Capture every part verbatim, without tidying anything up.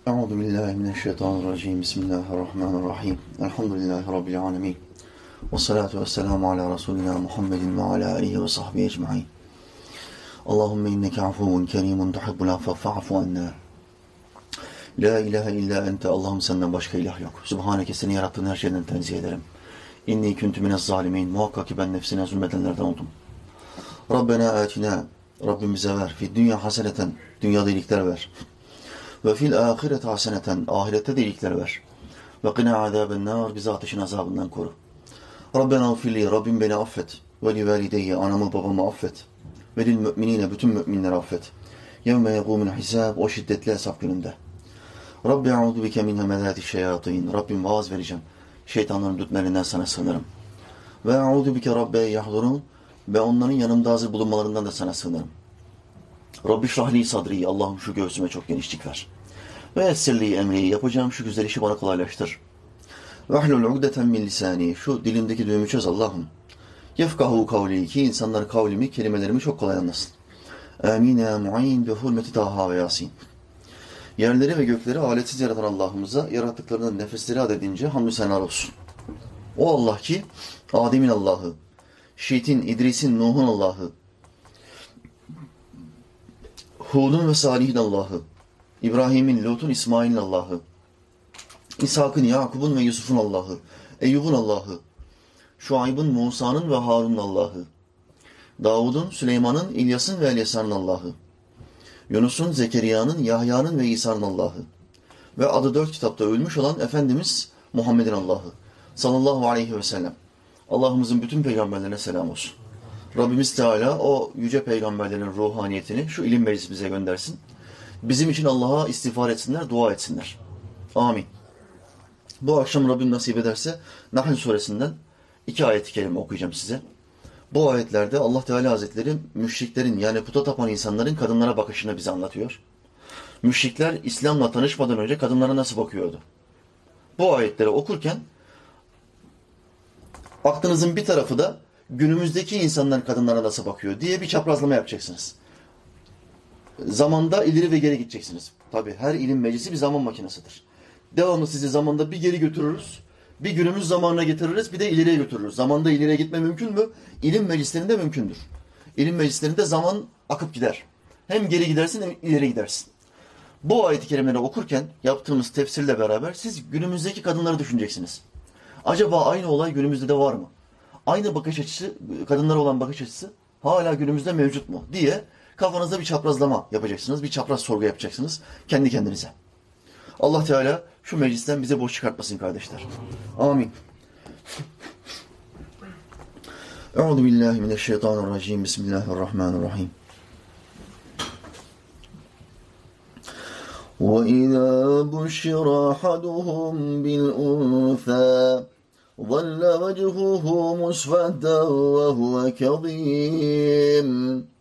Euzu billahi mineşşeytanirracim. Bismillahirrahmanirrahim. Elhamdülillahi rabbil alamin. Ves salatu vesselamu ala Resulina Muhammedin ve ala alihi ve sahbihi ecmaîn. Allahumme inneke afuvun kerimun tuhibbul affe fa'fu anna. La ilahe illa ente. Allah'ım senden başka ilah yok. Sübhaneke, seni yarattığın her şeyden tenzih ederim. İnni kuntu minez zalimin. Muhakkak ki ben nefsine zulmedenlerden oldum. Rabbena atina. Rabbim bize ver. Fi dünya haseneten. Dünyada iyilikler ver. Ve fil ahirete haseneten. Ahirette de iyilikler ver. Ve qina azaben nar. Bizi ateşin azabından koru. Rabbena ufilli. Rabbim beni affet. Ve li valideyye. Anamı babamı affet. Ve lil müminine. Bütün müminleri affet. Yevme yegûmul hisab. O şiddetli hesap gününde. Rabbi a'udu bike min hemezâti şeyatîn. Rabbim vaaz vereceğim. Şeytanların dürtmelerinden sana sığınırım. Ve a'udu bike rabbe yahdurun. Ve onların yanımda hazır bulunmalarından da sana sığınırım. Rabbi şrahli sadri. Allah'ım şu göğsüme çok genişlik ver. Ve yessirli emri. Yapacağım şu güzel işi bana kolaylaştır. Ve ahlul ugdeten min lisani. Şu dilimdeki düğümü çöz Allah'ım. Yefkahu kavli. Ki insanlar kavlimi, kelimelerimi çok kolay anlasın. Amin ya mu'in ve hurmeti Taha ve Yasin. Yerleri ve gökleri aletsiz yaratan Allah'ımıza yarattıklarının nefesleri adedince hamdü senalar olsun. O Allah ki Adem'in Allah'ı, Şiit'in, İdris'in, Nuh'un Allah'ı, Hud'un ve Salih'in Allah'ı, İbrahim'in, Lut'un, İsmail'in Allah'ı, İshak'ın, Yakub'un ve Yusuf'un Allah'ı, Eyyub'un Allah'ı, Şuayb'ın, Musa'nın ve Harun'un Allah'ı, Davud'un, Süleyman'ın, İlyas'ın ve Elyasa'nın Allah'ı, Yunus'un, Zekeriya'nın, Yahya'nın ve İsa'nın Allah'ı ve adı dört kitapta ölmüş olan Efendimiz Muhammed'in Allah'ı sallallahu aleyhi ve sellem. Allah'ımızın bütün peygamberlerine selam olsun. Rabbimiz Teala o yüce peygamberlerin ruhaniyetini şu ilim meclisi bize göndersin. Bizim için Allah'a istiğfar etsinler, dua etsinler. Amin. Bu akşam Rabbim nasip ederse Nahl suresinden iki ayet-i kerime okuyacağım size. Bu ayetlerde Allah Teala Hazretleri müşriklerin, yani puta tapan insanların kadınlara bakışını bize anlatıyor. Müşrikler İslam'la tanışmadan önce kadınlara nasıl bakıyordu? Bu ayetleri okurken aklınızın bir tarafı da günümüzdeki insanlar kadınlara nasıl bakıyor diye bir çaprazlama yapacaksınız. Zamanda ileri ve geri gideceksiniz. Tabii her ilim meclisi bir zaman makinesidir. Devamlı sizi zamanda bir geri götürürüz. Bir günümüz zamanına getiririz, bir de ileriye götürürüz. Zamanda ileriye gitme mümkün mü? İlim meclislerinde mümkündür. İlim meclislerinde zaman akıp gider. Hem geri gidersin hem ileri gidersin. Bu ayet-i kerimeleri okurken yaptığımız tefsirle beraber siz günümüzdeki kadınları düşüneceksiniz. Acaba aynı olay günümüzde de var mı? Aynı bakış açısı, kadınlara olan bakış açısı hala günümüzde mevcut mu diye kafanızda bir çaprazlama yapacaksınız. Bir çapraz sorgu yapacaksınız kendi kendinize. Allah Teala şu meclisten bize boş çıkartmasın kardeşler. Amin. Euzu billahi mineşşeytanirracim. Bismillahirrahmanirrahim. وَإِذَا بُشِّرَ أَحَدُهُمْ بِالْأُنثَى ظَلَّ وَجْهُهُ مُسْوَدًّا وَهُوَ كَظِيمٌ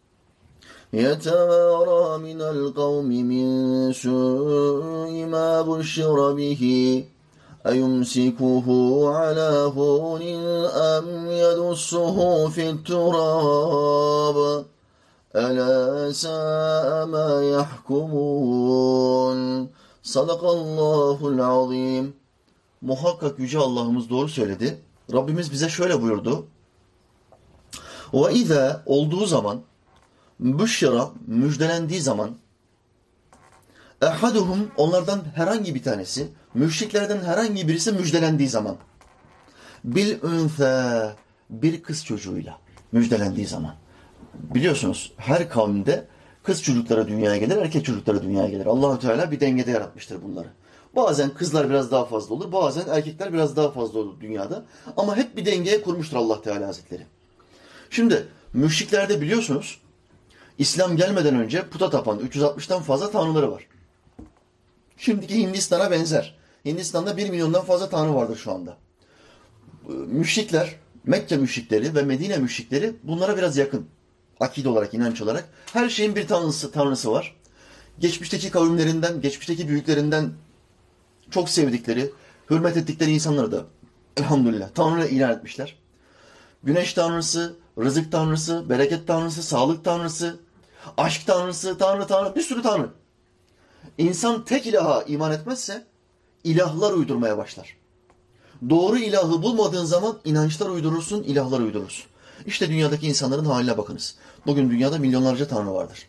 يتوارى من القوم من سوء ما بشر به أيمسكه على هون أم يدسه في التراب ألا ساء ما يحكمون صدق الله العظيم. Muhakkak Yüce Allah'ımız doğru söyledi. Rabbimiz bize şöyle buyurdu. وَاِذَا olduğu zaman Büşşera, müjdelendiği zaman, ehaduhum, onlardan herhangi bir tanesi, müşriklerden herhangi birisi müjdelendiği zaman, bil ünfe, bir kız çocuğuyla müjdelendiği zaman. Biliyorsunuz her kavimde kız çocukları dünyaya gelir, erkek çocukları dünyaya gelir. Allah-u Teala bir dengede yaratmıştır bunları. Bazen kızlar biraz daha fazla olur, bazen erkekler biraz daha fazla olur dünyada. Ama hep bir dengeye kurmuştur Allah Teala Hazretleri. Şimdi müşriklerde biliyorsunuz, İslam gelmeden önce puta tapan üç yüz altmıştan fazla tanrıları var. Şimdiki Hindistan'a benzer. Hindistan'da bir milyondan fazla tanrı vardır şu anda. Müşrikler, Mekke müşrikleri ve Medine müşrikleri bunlara biraz yakın. Akide olarak, inanç olarak. Her şeyin bir tanrısı, tanrısı var. Geçmişteki kavimlerinden, geçmişteki büyüklerinden çok sevdikleri, hürmet ettikleri insanları da elhamdülillah Tanrı ilan etmişler. Güneş tanrısı, rızık tanrısı, bereket tanrısı, sağlık tanrısı, aşk tanrısı, tanrı tanrı, bir sürü tanrı. İnsan tek ilaha iman etmezse ilahlar uydurmaya başlar. Doğru ilahı bulmadığın zaman inançlar uydurursun, ilahlar uydurursun. İşte dünyadaki insanların haline bakınız. Bugün dünyada milyonlarca tanrı vardır.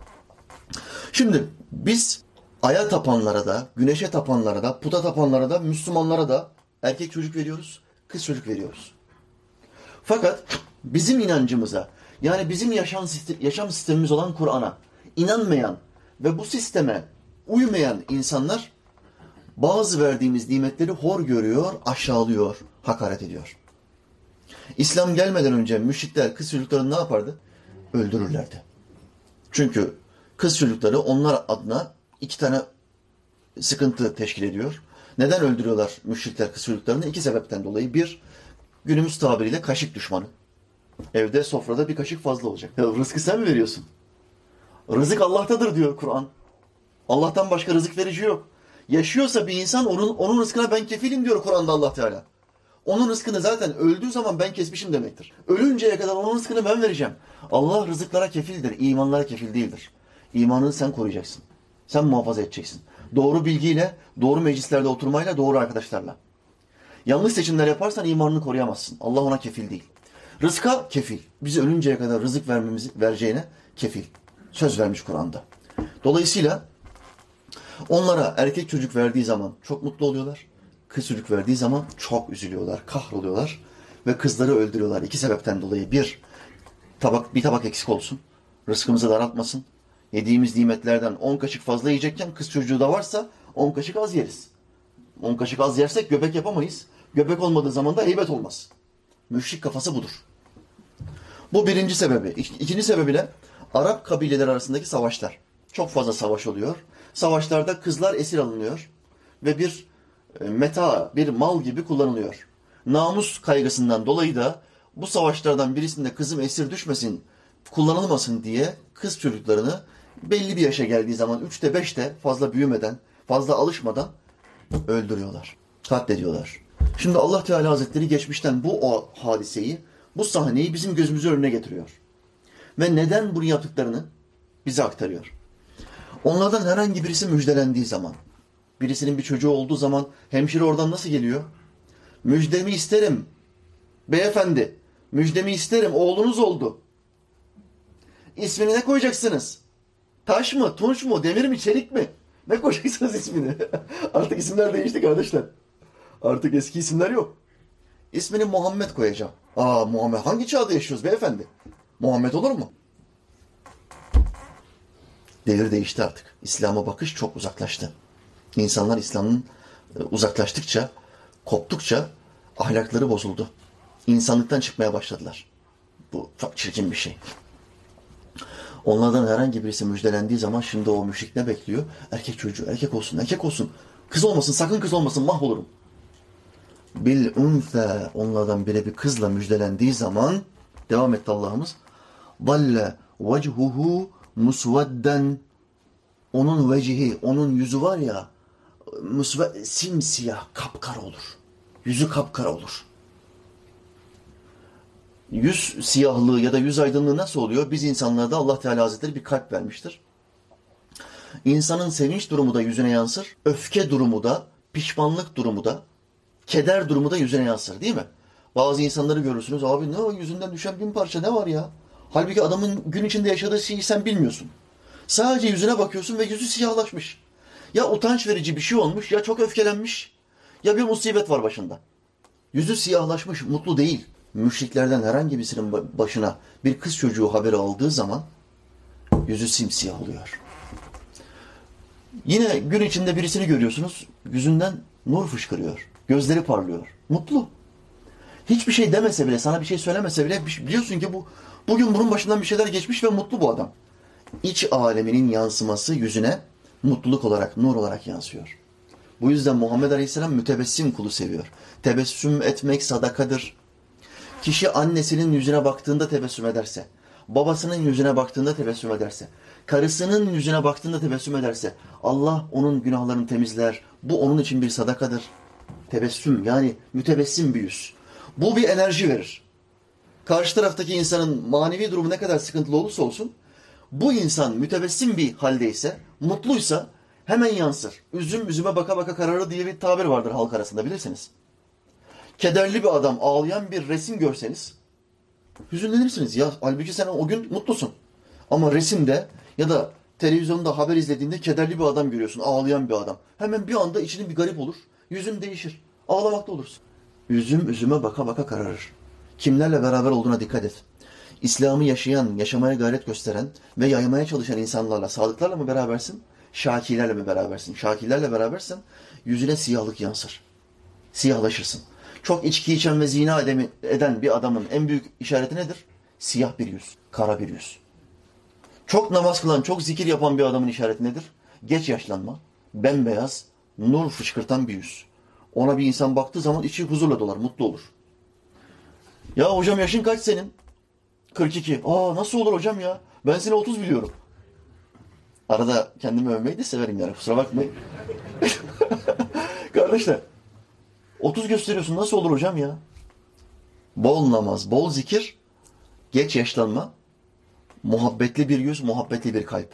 Şimdi biz aya tapanlara da, güneşe tapanlara da, puta tapanlara da, Müslümanlara da erkek çocuk veriyoruz, kız çocuk veriyoruz. Fakat bizim inancımıza, yani bizim yaşam, yaşam sistemimiz olan Kur'an'a inanmayan ve bu sisteme uymayan insanlar bazı verdiğimiz nimetleri hor görüyor, aşağılıyor, hakaret ediyor. İslam gelmeden önce müşrikler kız çocuklarını ne yapardı? Öldürürlerdi. Çünkü kız çocukları onlar adına iki tane sıkıntı teşkil ediyor. Neden öldürüyorlar müşrikler kız çocuklarını? İki sebepten dolayı. Bir, günümüz tabiriyle kaşık düşmanı. Evde sofrada bir kaşık fazla olacak. Ya, rızkı sen mi veriyorsun? Rızık Allah'tadır diyor Kur'an. Allah'tan başka rızık verici yok. Yaşıyorsa bir insan onun, onun rızkına ben kefilim diyor Kur'an'da Allah Teala. Onun rızkını zaten öldüğü zaman ben kesmişim demektir. Ölünceye kadar onun rızkını ben vereceğim. Allah rızıklara kefildir, imanlara kefil değildir. İmanını sen koruyacaksın. Sen muhafaza edeceksin. Doğru bilgiyle, doğru meclislerde oturmayla, doğru arkadaşlarla. Yanlış seçimler yaparsan imanını koruyamazsın. Allah ona kefil değil. Rızka kefil. Bizi ölünceye kadar rızık vermemizi vereceğine kefil. Söz vermiş Kur'an'da. Dolayısıyla onlara erkek çocuk verdiği zaman çok mutlu oluyorlar. Kız çocuk verdiği zaman çok üzülüyorlar, kahroluyorlar ve kızları öldürüyorlar. İki sebepten dolayı. Bir, tabak bir tabak eksik olsun. Rızkımızı daraltmasın. Yediğimiz nimetlerden on kaşık fazla yiyecekken kız çocuğu da varsa on kaşık az yeriz. on kaşık az yersek göbek yapamayız. Göbek olmadığı zaman da heybet olmaz. Müşrik kafası budur. Bu birinci sebebi. İkinci sebebi de Arap kabileleri arasındaki savaşlar. Çok fazla savaş oluyor. Savaşlarda kızlar esir alınıyor ve bir meta, bir mal gibi kullanılıyor. Namus kaygısından dolayı da bu savaşlardan birisinde kızım esir düşmesin, kullanılmasın diye kız çocuklarını belli bir yaşa geldiği zaman üçte beşte fazla büyümeden, fazla alışmadan öldürüyorlar, katlediyorlar. Şimdi Allah Teala Hazretleri geçmişten bu o hadiseyi, bu sahneyi bizim gözümüzün önüne getiriyor. Ve neden bunu yaptıklarını bize aktarıyor. Onlardan herhangi birisi müjdelendiği zaman, birisinin bir çocuğu olduğu zaman hemşire oradan nasıl geliyor? Müjdemi isterim. Beyefendi, müjdemi isterim. Oğlunuz oldu. İsmini ne koyacaksınız? Taş mı, tunç mu, demir mi, çelik mi? Ne koyacaksınız ismini? Artık isimler değişti kardeşler. Artık eski isimler yok. İsmini Muhammed koyacağım. Aa Muhammed, hangi çağda yaşıyoruz beyefendi? Muhammed olur mu? Devir değişti artık. İslam'a bakış çok uzaklaştı. İnsanlar İslam'ın uzaklaştıkça, koptukça ahlakları bozuldu. İnsanlıktan çıkmaya başladılar. Bu çok çirkin bir şey. Onlardan herhangi birisi müjdelendiği zaman şimdi o müşrik ne bekliyor? Erkek çocuğu, erkek olsun, erkek olsun. Kız olmasın, sakın kız olmasın, mahvolurum. Bil unfe, onlardan biri bir kızla müjdelendiği zaman, devam etti Allah'ımız, dalle vechuhu musvedden, onun vecihi, onun yüzü var ya, musve, simsiyah, kapkara olur. Yüzü kapkara olur. Yüz siyahlığı ya da yüz aydınlığı nasıl oluyor? Biz insanlarda Allah Teala Hazretleri bir kalp vermiştir. İnsanın sevinç durumu da yüzüne yansır, öfke durumu da, pişmanlık durumu da, keder durumu da yüzüne yansır değil mi? Bazı insanları görürsünüz, abi ne o yüzünden düşen bin parça ne var ya? Halbuki adamın gün içinde yaşadığı şeyi sen bilmiyorsun. Sadece yüzüne bakıyorsun ve yüzü siyahlaşmış. Ya utanç verici bir şey olmuş, ya çok öfkelenmiş, ya bir musibet var başında. Yüzü siyahlaşmış, mutlu değil. Müşriklerden herhangi birisinin başına bir kız çocuğu haberi aldığı zaman yüzü simsiyah oluyor. Yine gün içinde birisini görüyorsunuz, yüzünden nur fışkırıyor, gözleri parlıyor, mutlu. Hiçbir şey demese bile, sana bir şey söylemese bile biliyorsun ki bu bugün bunun başından bir şeyler geçmiş ve mutlu bu adam. İç aleminin yansıması yüzüne mutluluk olarak, nur olarak yansıyor. Bu yüzden Muhammed Aleyhisselam mütebessim kulu seviyor. Tebessüm etmek sadakadır. Kişi annesinin yüzüne baktığında tebessüm ederse, babasının yüzüne baktığında tebessüm ederse, karısının yüzüne baktığında tebessüm ederse, Allah onun günahlarını temizler. Bu onun için bir sadakadır. Tebessüm, yani mütebessim bir yüz. Bu bir enerji verir. Karşı taraftaki insanın manevi durumu ne kadar sıkıntılı olursa olsun, bu insan mütebessim bir haldeyse, mutluysa, Hemen yansır. Üzüm üzüme baka baka kararır diye bir tabir vardır halk arasında, bilirsiniz. Kederli bir adam, ağlayan bir resim görseniz hüzünlenirsiniz. Ya halbuki sen o gün mutlusun. Ama resimde ya da televizyonda haber izlediğinde kederli bir adam görüyorsun, ağlayan bir adam. Hemen bir anda içinin bir garip olur. Yüzün değişir. Ağlamakta olursun. Üzüm üzüme baka baka kararır. Kimlerle beraber olduğuna dikkat et. İslam'ı yaşayan, yaşamaya gayret gösteren ve yaymaya çalışan insanlarla, sadıklarla mı berabersin? Şakilerle mi berabersin? Şakilerle berabersen yüzüne siyahlık yansır. Siyahlaşırsın. Çok içki içen ve zina eden bir adamın en büyük işareti nedir? Siyah bir yüz, kara bir yüz. Çok namaz kılan, çok zikir yapan bir adamın işareti nedir? Geç yaşlanma, bembeyaz, nur fışkırtan bir yüz. Ona bir insan baktığı zaman içi huzurla dolar, mutlu olur. Ya hocam yaşın kaç senin? kırk iki. Aa nasıl olur hocam ya? Ben seni otuz biliyorum. Arada kendimi övmeyi de severim yani, kusura bakmayın. Kardeşler, otuz gösteriyorsun, nasıl olur hocam ya? Bol namaz, bol zikir, geç yaşlanma, muhabbetli bir yüz, muhabbetli bir kalp.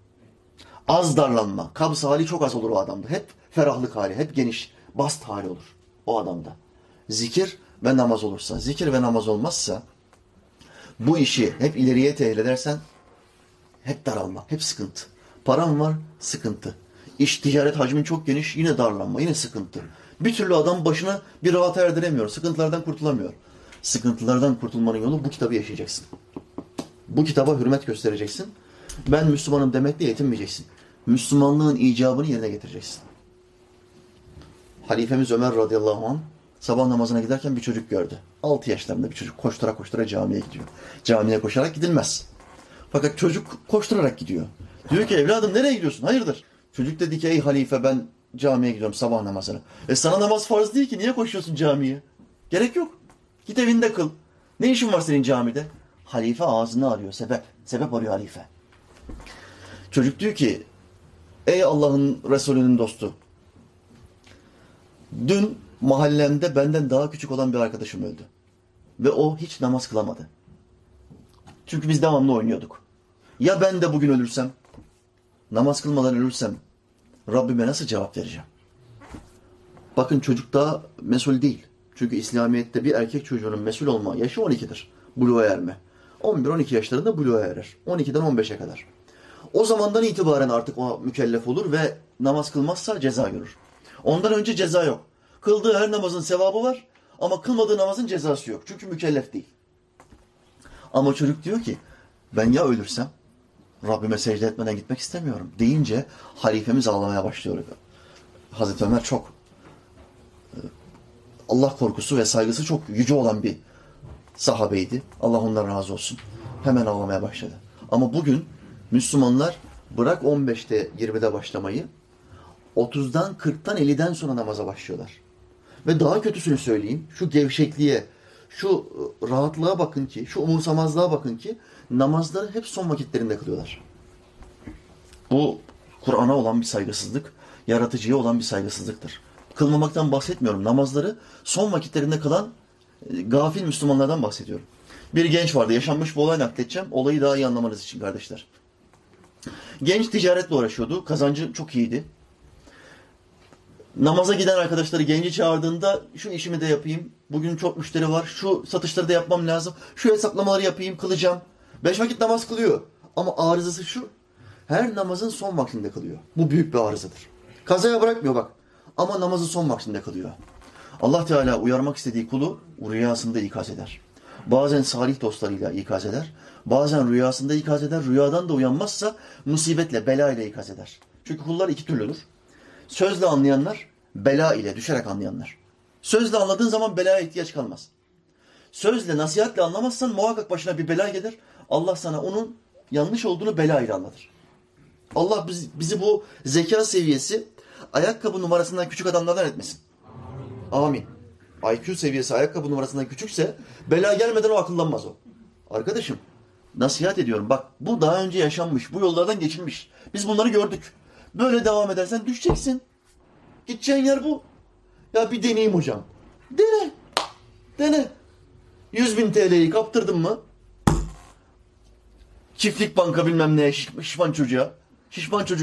Az darlanma, kabz hali çok az olur o adamda. Hep ferahlık hali, hep geniş, bast hali olur o adamda. Zikir ve namaz olursa, zikir ve namaz olmazsa, bu işi hep ileriye tehir edersen, hep daralma, hep sıkıntı. Param var, sıkıntı. İş, ticaret hacmin çok geniş, yine darlanma, yine sıkıntı. Bir türlü adam başına bir rahata erdiremiyor, sıkıntılardan kurtulamıyor. Sıkıntılardan kurtulmanın yolu bu kitabı yaşayacaksın. Bu kitaba hürmet göstereceksin. Ben Müslümanım demekle yetinmeyeceksin. Müslümanlığın icabını yerine getireceksin. Halifemiz Ömer radıyallahu anh sabah namazına giderken bir çocuk gördü. altı yaşlarında bir çocuk koştura koştura camiye gidiyor. Camiye koşarak gidilmez. Fakat çocuk koşturarak gidiyor. Diyor ki evladım nereye gidiyorsun? Hayırdır? Çocuk dedi ki ey halife ben camiye gidiyorum sabah namazına. E sana namaz farz değil ki, niye koşuyorsun camiye? Gerek yok. Git evinde kıl. Ne işin var senin camide? Halife ağzını arıyor. Sebep. Sebep arıyor halife. Çocuk diyor ki ey Allah'ın Resulü'nün dostu. Dün mahallemde benden daha küçük olan bir arkadaşım öldü. Ve o hiç namaz kılamadı. Çünkü biz devamlı oynuyorduk. Ya ben de bugün ölürsem, namaz kılmadan ölürsem Rabbime nasıl cevap vereceğim? Bakın çocuk daha mesul değil. Çünkü İslamiyet'te bir erkek çocuğunun mesul olma yaşı on ikidir. Buluğa erme. on bir on iki yaşlarında buluğa erer. on ikiden on beşe kadar. O zamandan itibaren artık o mükellef olur ve namaz kılmazsa ceza görür. Ondan önce ceza yok. Kıldığı her namazın sevabı var ama kılmadığı namazın cezası yok. Çünkü mükellef değil. Ama çocuk diyor ki ben ya ölürsem Rabbime secde etmeden gitmek istemiyorum deyince halifemiz ağlamaya başlıyor. Hazreti Ömer çok Allah korkusu ve saygısı çok yüce olan bir sahabeydi. Allah ondan razı olsun. Hemen ağlamaya başladı. Ama bugün Müslümanlar bırak on beşte yirmide başlamayı, otuzdan kırktan elliden sonra namaza başlıyorlar. Ve daha kötüsünü söyleyeyim, şu gevşekliğe, şu rahatlığa bakın ki, şu umursamazlığa bakın ki namazları hep son vakitlerinde kılıyorlar. Bu Kur'an'a olan bir saygısızlık, yaratıcıya olan bir saygısızlıktır. Kılmamaktan bahsetmiyorum. Namazları son vakitlerinde kılan e, gafil Müslümanlardan bahsediyorum. Bir genç vardı. Yaşanmış bir olay nakledeceğim. Olayı daha iyi anlamanız için kardeşler. Genç ticaretle uğraşıyordu. Kazancı çok iyiydi. Namaza giden arkadaşları genci çağırdığında şu işimi de yapayım. Bugün çok müşteri var. Şu satışları da yapmam lazım. Şu hesaplamaları yapayım, kılacağım. Beş vakit namaz kılıyor. Ama arızası şu. Her namazın son vaktinde kılıyor. Bu büyük bir arızadır. Kazaya bırakmıyor bak. Ama namazı son vaktinde kılıyor. Allah Teala uyarmak istediği kulu rüyasında ikaz eder. Bazen salih dostlarıyla ikaz eder. Bazen rüyasında ikaz eder. Rüyadan da uyanmazsa musibetle, bela ile ikaz eder. Çünkü kullar iki türlüdür. Sözle anlayanlar, bela ile düşerek anlayanlar. Sözle anladığın zaman belaya ihtiyaç kalmaz. Sözle, nasihatle anlamazsan muhakkak başına bir bela gelir. Allah sana onun yanlış olduğunu bela ile anlatır. Allah bizi, bizi bu zeka seviyesi ayakkabı numarasından küçük adamlardan etmesin. Amin. I Q seviyesi ayakkabı numarasından küçükse bela gelmeden o akıllanmaz o. Arkadaşım nasihat ediyorum. Bak bu daha önce yaşanmış. Bu yollardan geçilmiş. Biz bunları gördük. Böyle devam edersen düşeceksin. Gideceğin yer bu. Ya bir deneyeyim hocam. Dene. Dene. yüz bin T L'yi kaptırdın mı? Çiftlik banka bilmem neye şişman çocuğa. Şişman çocuk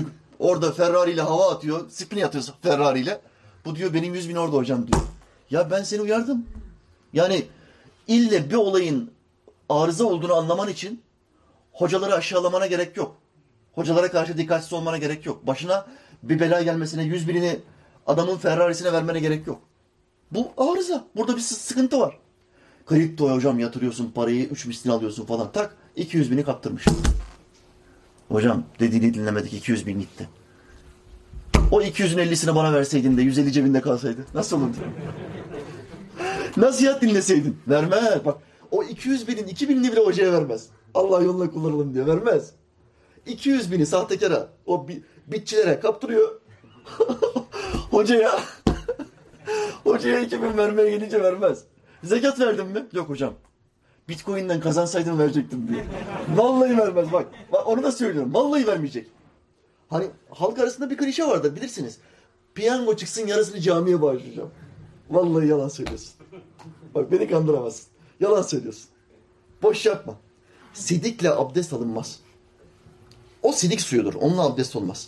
Orada Ferrari ile hava atıyor. Spin atıyor Ferrari ile. Bu diyor benim yüz bin orada hocam diyor. Ya ben seni uyardım. Yani ille bir olayın arıza olduğunu anlaman için hocaları aşağılamana gerek yok. Hocalara karşı dikkatsiz olmana gerek yok. Başına bir bela gelmesine, yüz binini adamın Ferrari'sine vermene gerek yok. Bu arıza. Burada bir sıkıntı var. Kriptoya hocam yatırıyorsun parayı, üç mislini alıyorsun falan. Tak, iki yüz bini kaptırmış. Hocam dediğini dinlemedik, iki yüz bin gitti. O iki yüzün ellisini bana verseydin de yüz elli cebinde kalsaydı nasıl olurdu? Nasihat dinleseydin. Vermez. Bak o iki yüz binin iki binini bile hocaya vermez. Allah yoluna kullanalım diyor. Vermez. iki yüz bini sahtekara, o bitçilere kaptırıyor. Hocaya hocaya iki bin vermeye gelince vermez. Zekat verdin mi? Yok hocam. Bitcoin'den kazansaydım verecektim diye. Vallahi vermez bak. Bak onu da söylüyorum. Vallahi vermeyecek. Hani halk arasında bir klişe vardır bilirsiniz. Piyango çıksın yarısını camiye bağışlayacağım. Vallahi yalan söylüyorsun. Bak beni kandıramazsın. Yalan söylüyorsun. Boş yapma. Sidikle abdest alınmaz. O sidik suyudur. Onunla abdest olmaz.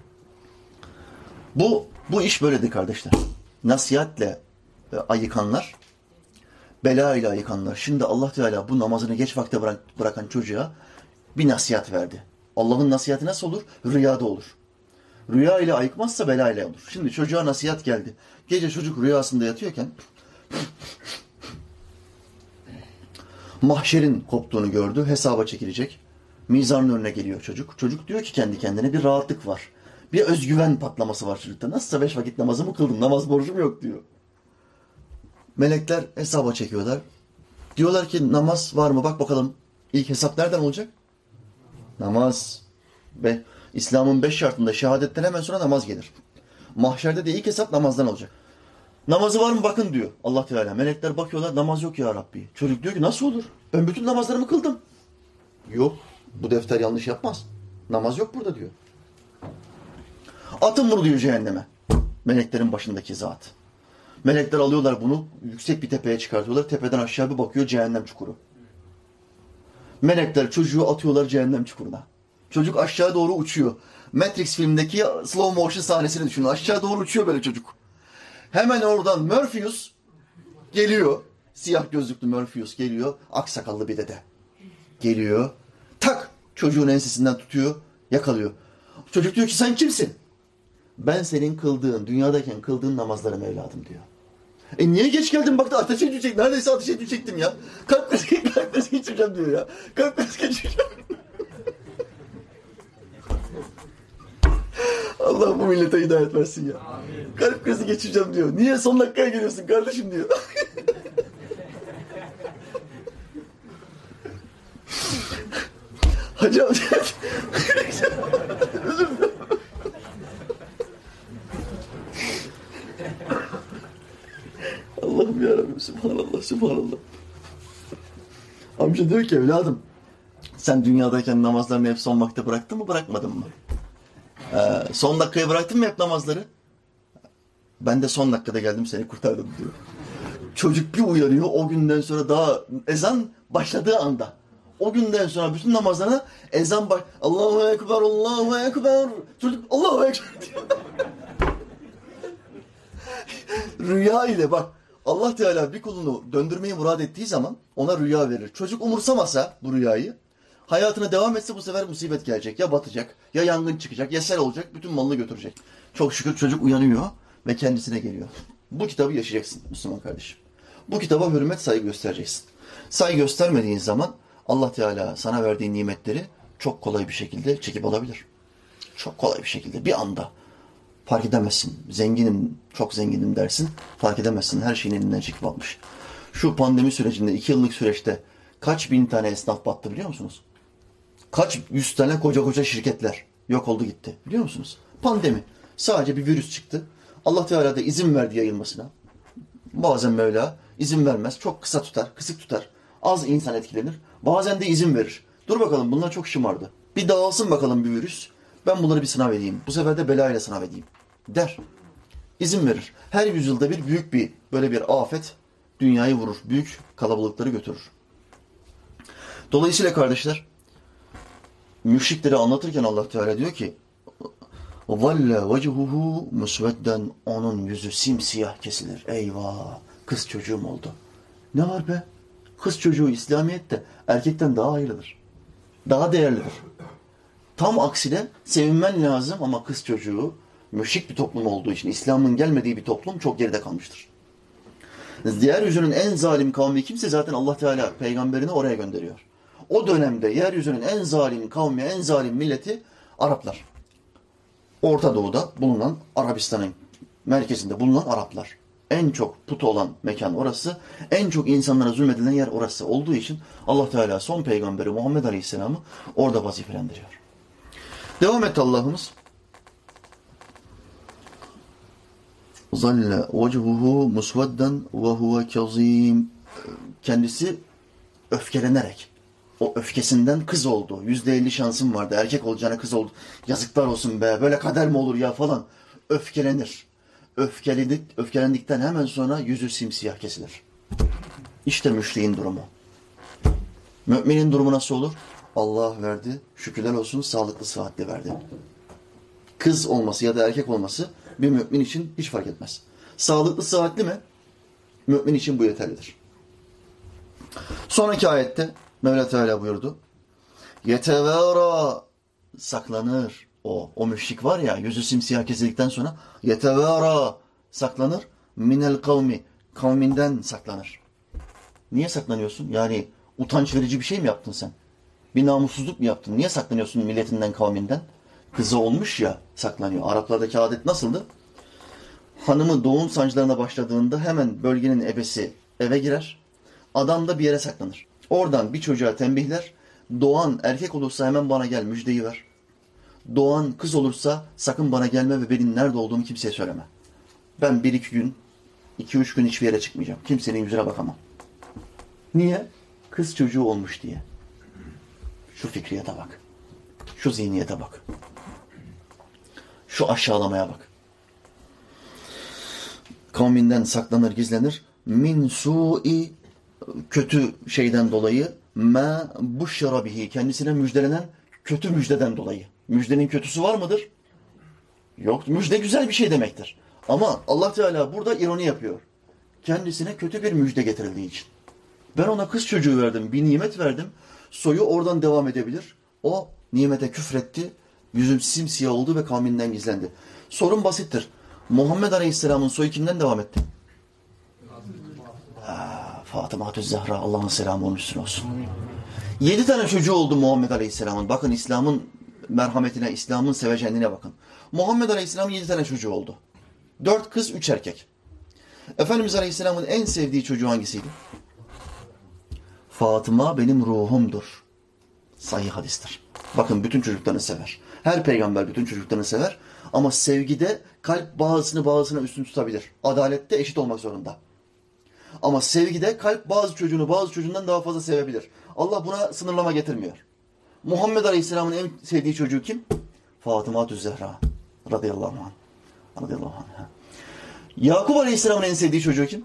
Bu bu iş böyledir kardeşler. Nasihatle ayıkanlar, bela ile ayıkanlar. Şimdi Allah Teala bu namazını geç vakte bırak, bırakan çocuğa bir nasihat verdi. Allah'ın nasihati nasıl olur? Rüyada olur. Rüya ile ayıkmazsa bela ile olur. Şimdi çocuğa nasihat geldi. Gece çocuk rüyasında yatıyorken mahşerin koptuğunu gördü. Hesaba çekilecek. Mizanın önüne geliyor çocuk. Çocuk diyor ki kendi kendine bir rahatlık var. Bir özgüven patlaması var çocukta. Nasılsa beş vakit namazımı kıldım. Namaz borcum yok diyor. Melekler hesaba çekiyorlar. Diyorlar ki namaz var mı? Bak bakalım. İlk hesap nereden olacak? Namaz. Ve İslam'ın beş şartında şehadetten hemen sonra namaz gelir. Mahşerde de ilk hesap namazdan olacak. Namazı var mı bakın diyor Allah Teala. Melekler bakıyorlar namaz yok ya Rabbi. Çocuk diyor ki nasıl olur? Ben bütün namazlarımı kıldım. Yok. Bu defter yanlış yapmaz. Namaz yok burada diyor. Atın bunu diyor cehenneme. Meleklerin başındaki zat. Melekler alıyorlar bunu yüksek bir tepeye çıkartıyorlar. Tepeden aşağı bir bakıyor cehennem çukuru. Melekler çocuğu atıyorlar cehennem çukuruna. Çocuk aşağı doğru uçuyor. Matrix filmdeki slow motion sahnesini düşünün. Aşağı doğru uçuyor böyle çocuk. Hemen oradan Morpheus geliyor. Siyah gözlüklü Morpheus geliyor. Aksakallı bir dede. Geliyor. Tak! Çocuğun ensesinden tutuyor. Yakalıyor. Çocuk diyor ki sen kimsin? Ben senin kıldığın, dünyadayken kıldığın namazlarım evladım diyor. E niye geç geldin? Bak da ateşe düşecek. Neredeyse ateşe düşecektim ya. Kalp krizi, kalp krizi geçireceğim diyor ya. Kalp krizi geçireceğim. Allah bu millete hidayet versin ya. Amin. Kalp krizi geçireceğim diyor. Niye son dakikaya geliyorsun kardeşim diyor. Hocam özür dilerim. Allah'ım yarabbim subhanallah subhanallah. Amca diyor ki evladım sen dünyadayken namazlarını hep son vakte bıraktın mı bırakmadın mı? Ee, son dakikaya bıraktın mı hep namazları? Ben de son dakikada geldim seni kurtardım diyor. Çocuk bir uyanıyor o günden sonra daha ezan başladığı anda. O günden sonra bütün namazlarına ezan baş... Allahu Ekber, Allahu Ekber. Çocuk Allahu Ekber diyor. Rüya ile bak Allah Teala bir kulunu döndürmeyi murad ettiği zaman ona rüya verir. Çocuk umursamasa bu rüyayı hayatına devam etse bu sefer musibet gelecek. Ya batacak, ya yangın çıkacak, ya sel olacak, bütün malını götürecek. Çok şükür çocuk uyanıyor ve kendisine geliyor. Bu kitabı yaşayacaksın Müslüman kardeşim. Bu kitaba hürmet, saygı göstereceksin. Saygı göstermediğin zaman Allah Teala sana verdiği nimetleri çok kolay bir şekilde çekip alabilir. Çok kolay bir şekilde, bir anda. Fark edemezsin. Zenginim, çok zenginim dersin. Fark edemezsin. Her şeyin elinden çekip almış. Şu pandemi sürecinde, iki yıllık süreçte kaç bin tane esnaf battı biliyor musunuz? Kaç yüz tane koca koca şirketler yok oldu gitti. Biliyor musunuz? Pandemi. Sadece bir virüs çıktı. Allah Teala da izin verdi yayılmasına. Bazen Mevla izin vermez. Çok kısa tutar, kısık tutar. Az insan etkilenir. Bazen de izin verir. Dur bakalım bunlar çok şımardı. Bir dağılsın bakalım bir virüs. Ben bunları bir sınav edeyim. Bu sefer de belayla sınav edeyim. Der. İzin verir. Her yüzyılda bir büyük bir böyle bir afet dünyayı vurur. Büyük kalabalıkları götürür. Dolayısıyla kardeşler müşrikleri anlatırken Allah Teala diyor ki ظَلَّ وَجْهُهُ مُسْوَدَّنْ Onun yüzü simsiyah kesilir. Eyvah! Kız çocuğum oldu. Ne var be? Kız çocuğu İslamiyet'te erkekten daha hayırlıdır. Daha değerlidir. Tam aksine sevinmen lazım ama kız çocuğu müşrik bir toplum olduğu için, İslam'ın gelmediği bir toplum çok geride kalmıştır. Yeryüzünün en zalim kavmi kimse zaten Allah Teala peygamberini oraya gönderiyor. O dönemde yeryüzünün en zalim kavmi, en zalim milleti Araplar. Orta Doğu'da bulunan, Arabistan'ın merkezinde bulunan Araplar. En çok putu olan mekan orası, en çok insanlara zulmedilen yer orası olduğu için Allah Teala son peygamberi Muhammed Aleyhisselam'ı orada vazifelendiriyor. Devam etti Allah'ımız. Zalle vechuhu musvedden ve huve kazim. Kendisi öfkelenerek, o öfkesinden kız oldu. Yüzde elli şansım vardı. Erkek olacağına kız oldu. Yazıklar olsun be. Böyle kader mi olur ya falan. Öfkelenir. Öfkelendik, öfkelendikten hemen sonra yüzü simsiyah kesilir. İşte müşriğin durumu. Müminin durumu nasıl olur? Allah verdi. Şükürler olsun sağlıklı sıhhatli verdi. Kız olması ya da erkek olması bir mümin için hiç fark etmez. Sağlıklı sıhhatli mi? Mümin için bu yeterlidir. Sonraki ayette Mevla Teala buyurdu. Yetevâra saklanır. O, o müşrik var ya yüzü simsiyah kesildikten sonra yetevâra saklanır. Minel kavmi kavminden saklanır. Niye saklanıyorsun? Yani utanç verici bir şey mi yaptın sen? Bir namussuzluk mu yaptın? Niye saklanıyorsun milletinden, kavminden? Kızı olmuş ya saklanıyor. Araplardaki adet nasıldı? Hanımı doğum sancılarına başladığında hemen bölgenin ebesi eve girer. Adam da bir yere saklanır. Oradan bir çocuğa tembihler. Doğan erkek olursa hemen bana gel müjdeyi ver. Doğan kız olursa sakın bana gelme ve benim nerede olduğumu kimseye söyleme. Ben bir iki gün, iki üç gün hiçbir yere çıkmayacağım. Kimsenin yüzüne bakamam. Niye? Kız çocuğu olmuş diye. Şu fikriyete bak. Şu zihniyete bak. Şu aşağılamaya bak. Kavminden saklanır, gizlenir. Min su'i kötü şeyden dolayı ma buşşara bihi kendisine müjdelenen kötü müjdeden dolayı. Müjdenin kötüsü var mıdır? Yok. Müjde güzel bir şey demektir. Ama Allah Teala burada ironi yapıyor. Kendisine kötü bir müjde getirildiği için. Ben ona kız çocuğu verdim, bir nimet verdim. Soyu oradan devam edebilir. O nimete küfretti. Yüzü simsiyah oldu ve kavminden gizlendi. Sorun basittir. Muhammed Aleyhisselam'ın soyu kimden devam etti? Fatıma-tü Zehra Allah'ın selamı onun üstüne olsun. Yedi tane çocuğu oldu Muhammed Aleyhisselam'ın. Bakın İslam'ın merhametine, İslam'ın sevecenliğine bakın. Muhammed Aleyhisselam'ın yedi tane çocuğu oldu. Dört kız, üç erkek. Efendimiz Aleyhisselam'ın en sevdiği çocuğu hangisiydi? Fatıma benim ruhumdur. Sahih hadistir. Bakın bütün çocuklarını sever. Her peygamber bütün çocuklarını sever. Ama sevgide kalp bazısını bazısına üstün tutabilir. Adalette eşit olmak zorunda. Ama sevgide kalp bazı çocuğunu bazı çocuğundan daha fazla sevebilir. Allah buna sınırlama getirmiyor. Muhammed Aleyhisselam'ın en sevdiği çocuğu kim? Fatıma-tü Zehra radıyallahu anh. Radıyallahu anh. Yakup Aleyhisselam'ın en sevdiği çocuğu kim?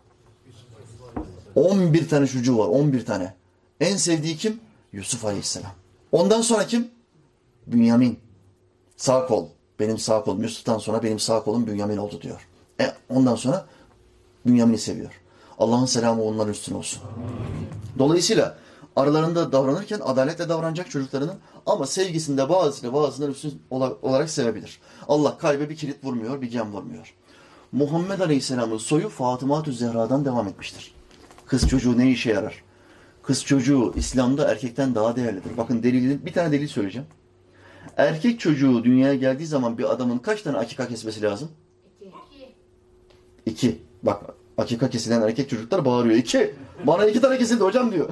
on bir tane çocuğu var. on bir tane. En sevdiği kim? Yusuf Aleyhisselam. Ondan sonra kim? Bünyamin. Sağ kol. Benim sağ kolum. Yusuf'tan sonra benim sağ kolum Bünyamin oldu diyor. E, ondan sonra Bünyamin'i seviyor. Allah'ın selamı onların üstüne olsun. Dolayısıyla aralarında davranırken adaletle davranacak çocuklarının ama sevgisinde bazısını bazısından üstün olarak sevebilir. Allah kalbe bir kilit vurmuyor, bir gem vurmuyor. Muhammed Aleyhisselam'ın soyu Fatıma-tü Zehra'dan devam etmiştir. Kız çocuğu ne işe yarar? Kız çocuğu İslam'da erkekten daha değerlidir. Bakın delil, bir tane delil söyleyeceğim. Erkek çocuğu dünyaya geldiği zaman bir adamın kaç tane akika kesmesi lazım? İki. İki. Bak akika kesilen erkek çocuklar bağırıyor. İki. Bana iki tane kesildi hocam diyor.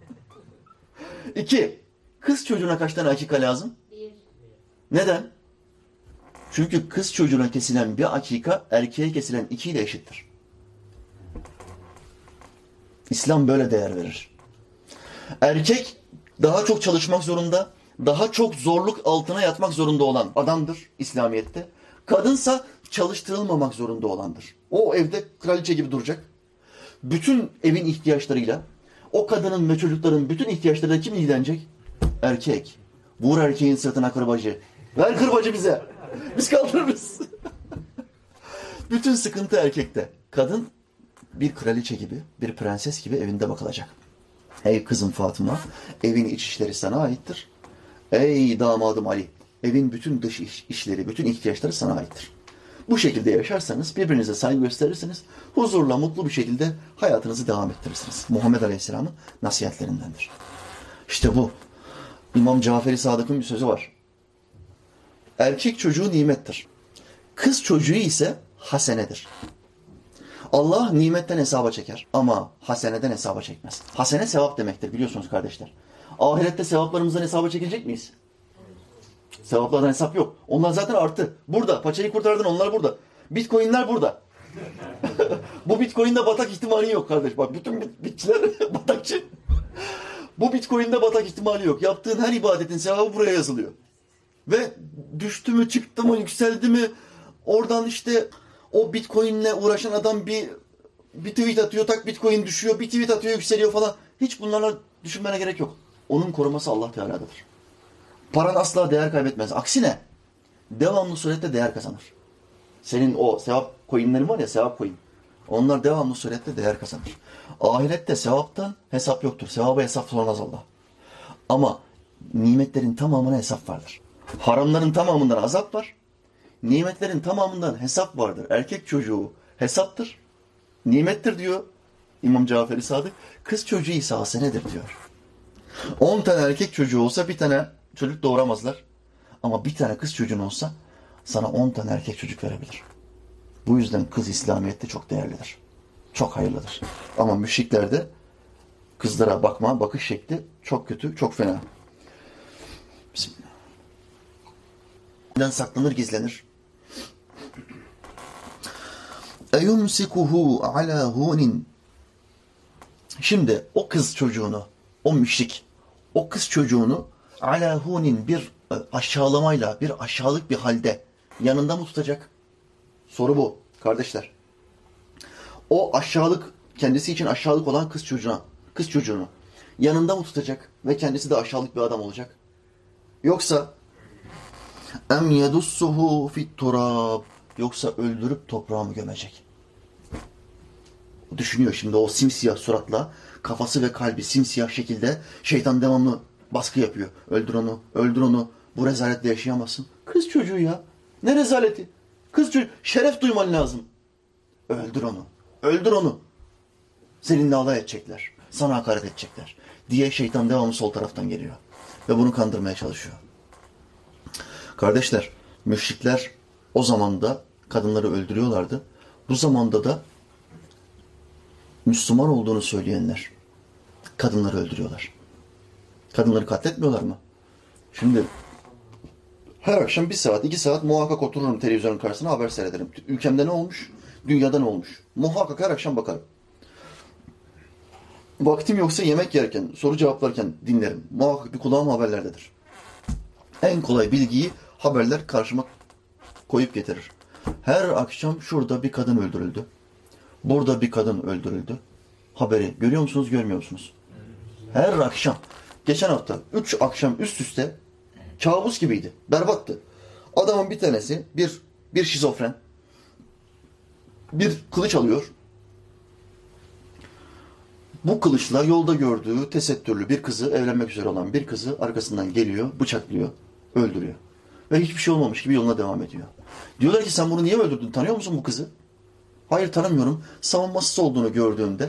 İki. Kız çocuğuna kaç tane akika lazım? Bir. Neden? Çünkü kız çocuğuna kesilen bir akika erkeğe kesilen iki ile eşittir. İslam böyle değer verir. Erkek daha çok çalışmak zorunda, daha çok zorluk altına yatmak zorunda olan adamdır İslamiyet'te. Kadınsa çalıştırılmamak zorunda olandır. O evde kraliçe gibi duracak. Bütün evin ihtiyaçlarıyla, o kadının ve çocukların bütün ihtiyaçlarıyla kim ilgilenecek? Erkek. Vur erkeğin sırtına kırbacı. Ver kırbacı bize. Biz kaldırırız. Bütün sıkıntı erkekte. Kadın bir kraliçe gibi, bir prenses gibi evinde bakılacak. Ey kızım Fatıma, evin iç işleri sana aittir. Ey damadım Ali, evin bütün dış iş, işleri, bütün ihtiyaçları sana aittir. Bu şekilde yaşarsanız, birbirinize saygı gösterirsiniz, huzurla, mutlu bir şekilde hayatınızı devam ettirirsiniz. Muhammed Aleyhisselam'ın nasihatlerindendir. İşte bu. İmam Cafer-i Sadık'ın bir sözü var. Erkek çocuğu nimettir. Kız çocuğu ise hasenedir. Allah nimetten hesaba çeker ama haseneden hesaba çekmez. Hasene sevap demektir biliyorsunuz kardeşler. Ahirette sevaplarımızdan hesaba çekilecek miyiz? Sevaplardan hesap yok. Onlar zaten artı. Burada. Paçayı kurtardın, onlar burada. Bitcoin'ler burada. Bu Bitcoin'de batak ihtimali yok kardeş. Bak bütün bit bitçiler batakçı. Bu Bitcoin'de batak ihtimali yok. Yaptığın her ibadetin sevabı buraya yazılıyor. Ve düştü mü, çıktı mı, yükseldi mi, oradan işte o Bitcoin'le uğraşan adam bir bir tweet atıyor, tak Bitcoin düşüyor, bir tweet atıyor, yükseliyor falan. Hiç bunlarla düşünmene gerek yok. Onun koruması Allah Teala'dadır. Paran asla değer kaybetmez. Aksine devamlı surette değer kazanır. Senin o sevap coinlerin var ya, sevap coin. Onlar devamlı surette değer kazanır. Ahirette sevaptan hesap yoktur. Sevaba hesap sormaz Allah. Ama nimetlerin tamamına hesap vardır. Haramların tamamından azap var. Nimetlerin tamamından hesap vardır. Erkek çocuğu hesaptır. Nimettir diyor İmam Cafer-i Sadık. Kız çocuğu ise hasenedir diyor. On tane erkek çocuğu olsa bir tane çocuk doğuramazlar. Ama bir tane kız çocuğun olsa sana on tane erkek çocuk verebilir. Bu yüzden kız İslamiyet'te çok değerlidir. Çok hayırlıdır. Ama müşriklerde kızlara bakma, bakış şekli çok kötü, çok fena. Bismillah. Saklanır, gizlenir. Eyumsikuhu ala hunin. Şimdi o kız çocuğunu, o müşrik, o kız çocuğunu ala hunin bir aşağılamayla, bir aşağılık bir halde yanında mı tutacak? Soru bu kardeşler. O aşağılık, kendisi için aşağılık olan kız çocuğuna, kız çocuğunu yanında mı tutacak ve kendisi de aşağılık bir adam olacak? Yoksa em yedussuhu fit turab, yoksa öldürüp toprağa mı gömecek? Düşünüyor şimdi o simsiyah suratla, kafası ve kalbi simsiyah şekilde şeytan devamlı baskı yapıyor. Öldür onu, öldür onu. Bu rezaletle yaşayamazsın. Kız çocuğu ya. Ne rezaleti? Kız çocuğu. Şeref duyman lazım. Öldür onu. Öldür onu. Seninle alay edecekler. Sana hakaret edecekler. Diye şeytan devamlı sol taraftan geliyor. Ve bunu kandırmaya çalışıyor. Kardeşler, müşrikler o zamanda kadınları öldürüyorlardı. Bu zamanda da Müslüman olduğunu söyleyenler kadınları öldürüyorlar. Kadınları katletmiyorlar mı? Şimdi her akşam bir saat, iki saat muhakkak otururum televizyonun karşısına, haber seyrederim. Ülkemde ne olmuş? Dünyada ne olmuş? Muhakkak her akşam bakarım. Vaktim yoksa yemek yerken, soru cevaplarken dinlerim. Muhakkak bir kulağım haberlerdedir. En kolay bilgiyi haberler karşıma koyup getirir. Her akşam şurada bir kadın öldürüldü. Burada bir kadın öldürüldü. Haberi görüyor musunuz, görmüyor musunuz? Her akşam. Geçen hafta üç akşam üst üste kabus gibiydi. Berbattı. Adamın bir tanesi bir bir şizofren bir kılıç alıyor. Bu kılıçla yolda gördüğü tesettürlü bir kızı, evlenmek üzere olan bir kızı arkasından geliyor, bıçaklıyor, öldürüyor. Ve hiçbir şey olmamış gibi yoluna devam ediyor. Diyorlar ki sen bunu niye öldürdün? Tanıyor musun bu kızı? Hayır, tanımıyorum. Savunmasız olduğunu gördüğümde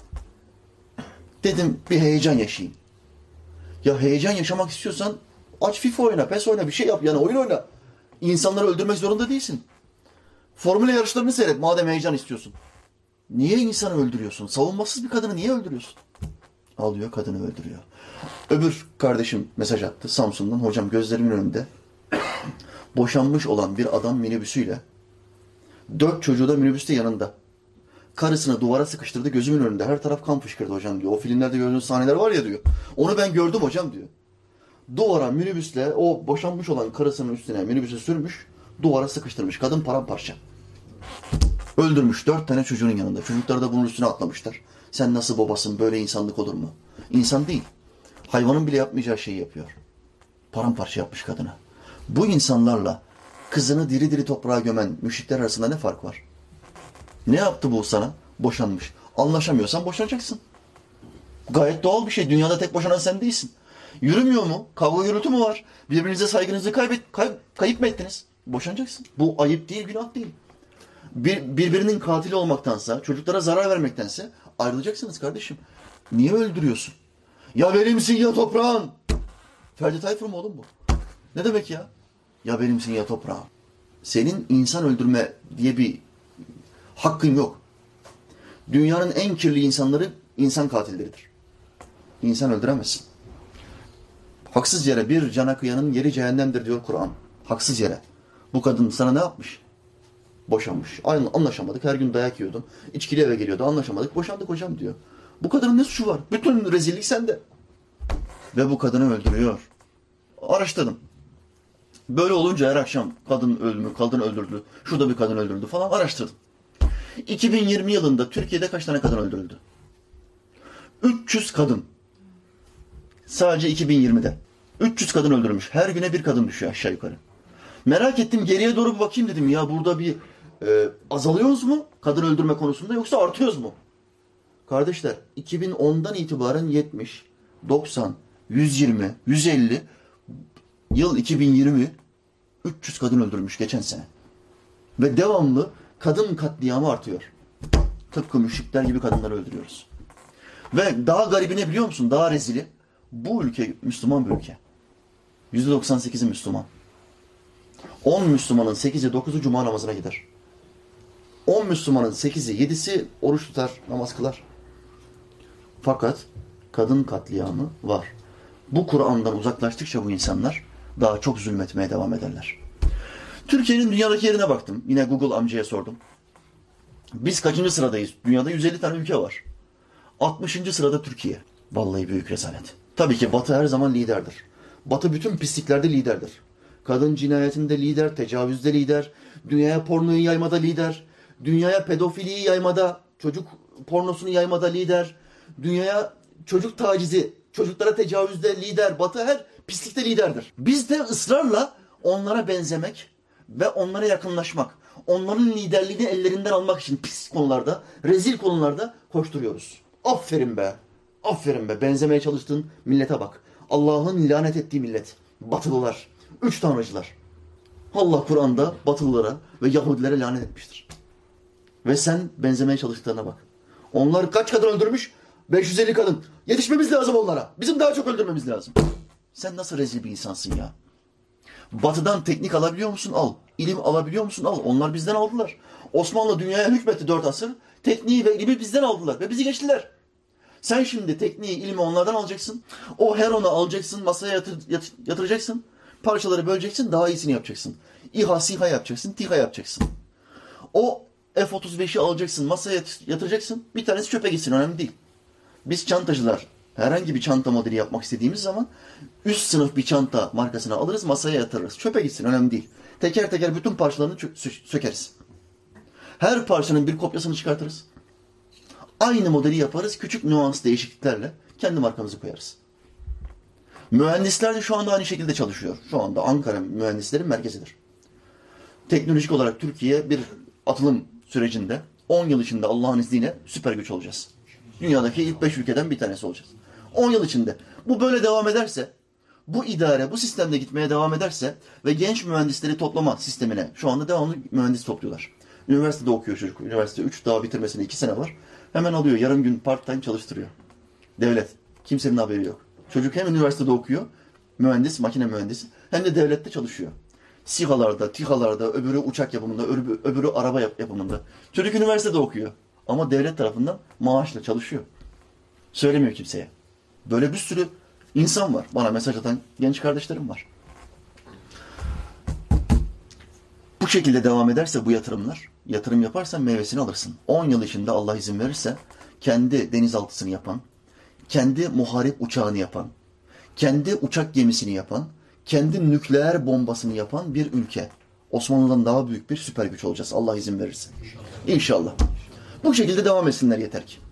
dedim bir heyecan yaşayayım. Ya heyecan yaşamak istiyorsan aç FIFA oyna, PES oyna, bir şey yap. Yani oyun oyna. İnsanları öldürmek zorunda değilsin. Formüle yarışlarını seyret madem heyecan istiyorsun. Niye insanı öldürüyorsun? Savunmasız bir kadını niye öldürüyorsun? Alıyor, kadını öldürüyor. Öbür kardeşim mesaj attı Samsun'dan. Hocam gözlerimin önünde boşanmış olan bir adam minibüsüyle, dört çocuğu da minibüste yanında. Karısını duvara sıkıştırdı, gözümün önünde. Her taraf kan fışkırdı hocam diyor. O filmlerde gördüğünüz sahneler var ya diyor. Onu ben gördüm hocam diyor. Duvara minibüsle o boşanmış olan karısının üstüne minibüse sürmüş, duvara sıkıştırmış. Kadın paramparça. Öldürmüş dört tane çocuğun yanında. Çocuklar da bunun üstüne atlamışlar. Sen nasıl babasın, böyle insanlık olur mu? İnsan değil. Hayvanın bile yapmayacağı şeyi yapıyor. Paramparça yapmış kadına. Bu insanlarla kızını diri diri toprağa gömen müşrikler arasında ne fark var? Ne yaptı bu sana? Boşanmış. Anlaşamıyorsan boşanacaksın. Gayet doğal bir şey. Dünyada tek boşanan sen değilsin. Yürümüyor mu? Kavga gürültü mü var? Birbirinize saygınızı kaybet, kay, kayıp mı ettiniz? Boşanacaksın. Bu ayıp değil, günah değil. Bir, birbirinin katili olmaktansa, çocuklara zarar vermektense ayrılacaksınız kardeşim. Niye öldürüyorsun? Ya benimsin ya toprağın. Ferdi Tayfur mu oğlum bu? Ne demek ya? Ya benimsin ya toprağın. Senin insan öldürme diye bir hakkın yok. Dünyanın en kirli insanları insan katilleridir. İnsan öldüremezsin. Haksız yere bir cana kıyanın yeri cehennemdir diyor Kur'an. Haksız yere. Bu kadın sana ne yapmış? Boşanmış. Aynı anlaşamadık. Her gün dayak yiyordum. İçkili eve geliyordu. Anlaşamadık. Boşandık hocam diyor. Bu kadının ne suçu var? Bütün rezillik sende. Ve bu kadını öldürüyor. Araştırdım. Böyle olunca her akşam kadın öldü, kadın öldürdü. Şurada bir kadın öldürdü falan araştırdım. iki bin yirmi yılında Türkiye'de kaç tane kadın öldürüldü? üç yüz kadın. Sadece iki bin yirmide. üç yüz kadın öldürülmüş. Her güne bir kadın düşüyor aşağı yukarı. Merak ettim, geriye doğru bir bakayım dedim. Ya burada bir e, azalıyoruz mu kadın öldürme konusunda yoksa artıyoruz mu? Kardeşler iki bin ondan itibaren yetmiş, doksan, yüz yirmi, yüz elli, yıl iki bin yirmi üç yüz kadın öldürülmüş geçen sene. Ve devamlı kadın katliamı artıyor. Tıpkı müşrikler gibi kadınları öldürüyoruz. Ve daha garibi ne biliyor musun? Daha rezili. Bu ülke Müslüman bir ülke. yüzde doksan sekizi Müslüman. on Müslümanın sekizi dokuzu cuma namazına gider. on Müslümanın sekizi yedisi oruç tutar, namaz kılar. Fakat kadın katliamı var. Bu Kur'an'dan uzaklaştıkça bu insanlar daha çok zulmetmeye devam ederler. Türkiye'nin dünyadaki yerine baktım. Yine Google amcaya sordum. Biz kaçıncı sıradayız? Dünyada yüz elli tane ülke var. altmışıncı sırada Türkiye. Vallahi büyük rezalet. Tabii ki Batı her zaman liderdir. Batı bütün pisliklerde liderdir. Kadın cinayetinde lider, tecavüzde lider, dünyaya pornoyu yaymada lider, dünyaya pedofiliyi yaymada, çocuk pornosunu yaymada lider, dünyaya çocuk tacizi, çocuklara tecavüzde lider. Batı her pislikte liderdir. Biz de ısrarla onlara benzemek ve onlara yakınlaşmak, onların liderliğini ellerinden almak için pis konularda, rezil konularda koşturuyoruz. Aferin be, aferin be, benzemeye çalıştığın millete bak. Allah'ın lanet ettiği millet, Batılılar, üç tanrıcılar. Allah Kur'an'da Batılılara ve Yahudilere lanet etmiştir. Ve sen benzemeye çalıştıklarına bak. Onlar kaç kadın öldürmüş? beş yüz elli kadın. Yetişmemiz lazım onlara. Bizim daha çok öldürmemiz lazım. Sen nasıl rezil bir insansın ya? Batı'dan teknik alabiliyor musun? Al. İlim alabiliyor musun? Al. Onlar bizden aldılar. Osmanlı dünyaya hükmetti dört asır. Tekniği ve ilimi bizden aldılar ve bizi geçtiler. Sen şimdi tekniği, ilmi onlardan alacaksın. O Heron'u alacaksın, masaya yatır, yatır, yatıracaksın. Parçaları böleceksin, daha iyisini yapacaksın. İHA, SİHA yapacaksın, TİHA yapacaksın. O F otuz beşi alacaksın, masaya yatıracaksın. Bir tanesi çöpe gitsin, önemli değil. Biz çantacılar herhangi bir çanta modeli yapmak istediğimiz zaman üst sınıf bir çanta markasını alırız, masaya yatırırız. Çöpe gitsin, önemli değil. Teker teker bütün parçalarını sökeriz. Her parçanın bir kopyasını çıkartırız. Aynı modeli yaparız, küçük nüans değişikliklerle kendi markamızı koyarız. Mühendisler de şu anda aynı şekilde çalışıyor. Şu anda Ankara mühendislerin merkezidir. Teknolojik olarak Türkiye bir atılım sürecinde on yıl içinde Allah'ın izniyle süper güç olacağız. Dünyadaki ilk beş ülkeden bir tanesi olacağız. on yıl içinde. Bu böyle devam ederse, bu idare, bu sistemde gitmeye devam ederse ve genç mühendisleri toplama sistemine, şu anda devamlı mühendis topluyorlar. Üniversitede okuyor çocuk. Üniversite üç, daha bitirmesine iki sene var. Hemen alıyor, yarım gün part time çalıştırıyor. Devlet. Kimsenin haberi yok. Çocuk hem üniversitede okuyor, mühendis, makine mühendisi, hem de devlette çalışıyor. SİHA'larda, TİHA'larda, öbürü uçak yapımında, öbürü, öbürü araba yapımında. Çocuk üniversitede okuyor. Ama devlet tarafından maaşla çalışıyor. Söylemiyor kimseye. Böyle bir sürü insan var. Bana mesaj atan genç kardeşlerim var. Bu şekilde devam ederse bu yatırımlar, yatırım yaparsan meyvesini alırsın. on yıl içinde Allah izin verirse kendi denizaltısını yapan, kendi muharip uçağını yapan, kendi uçak gemisini yapan, kendi nükleer bombasını yapan bir ülke. Osmanlı'dan daha büyük bir süper güç olacağız Allah izin verirse. İnşallah. Bu şekilde devam etsinler yeter ki.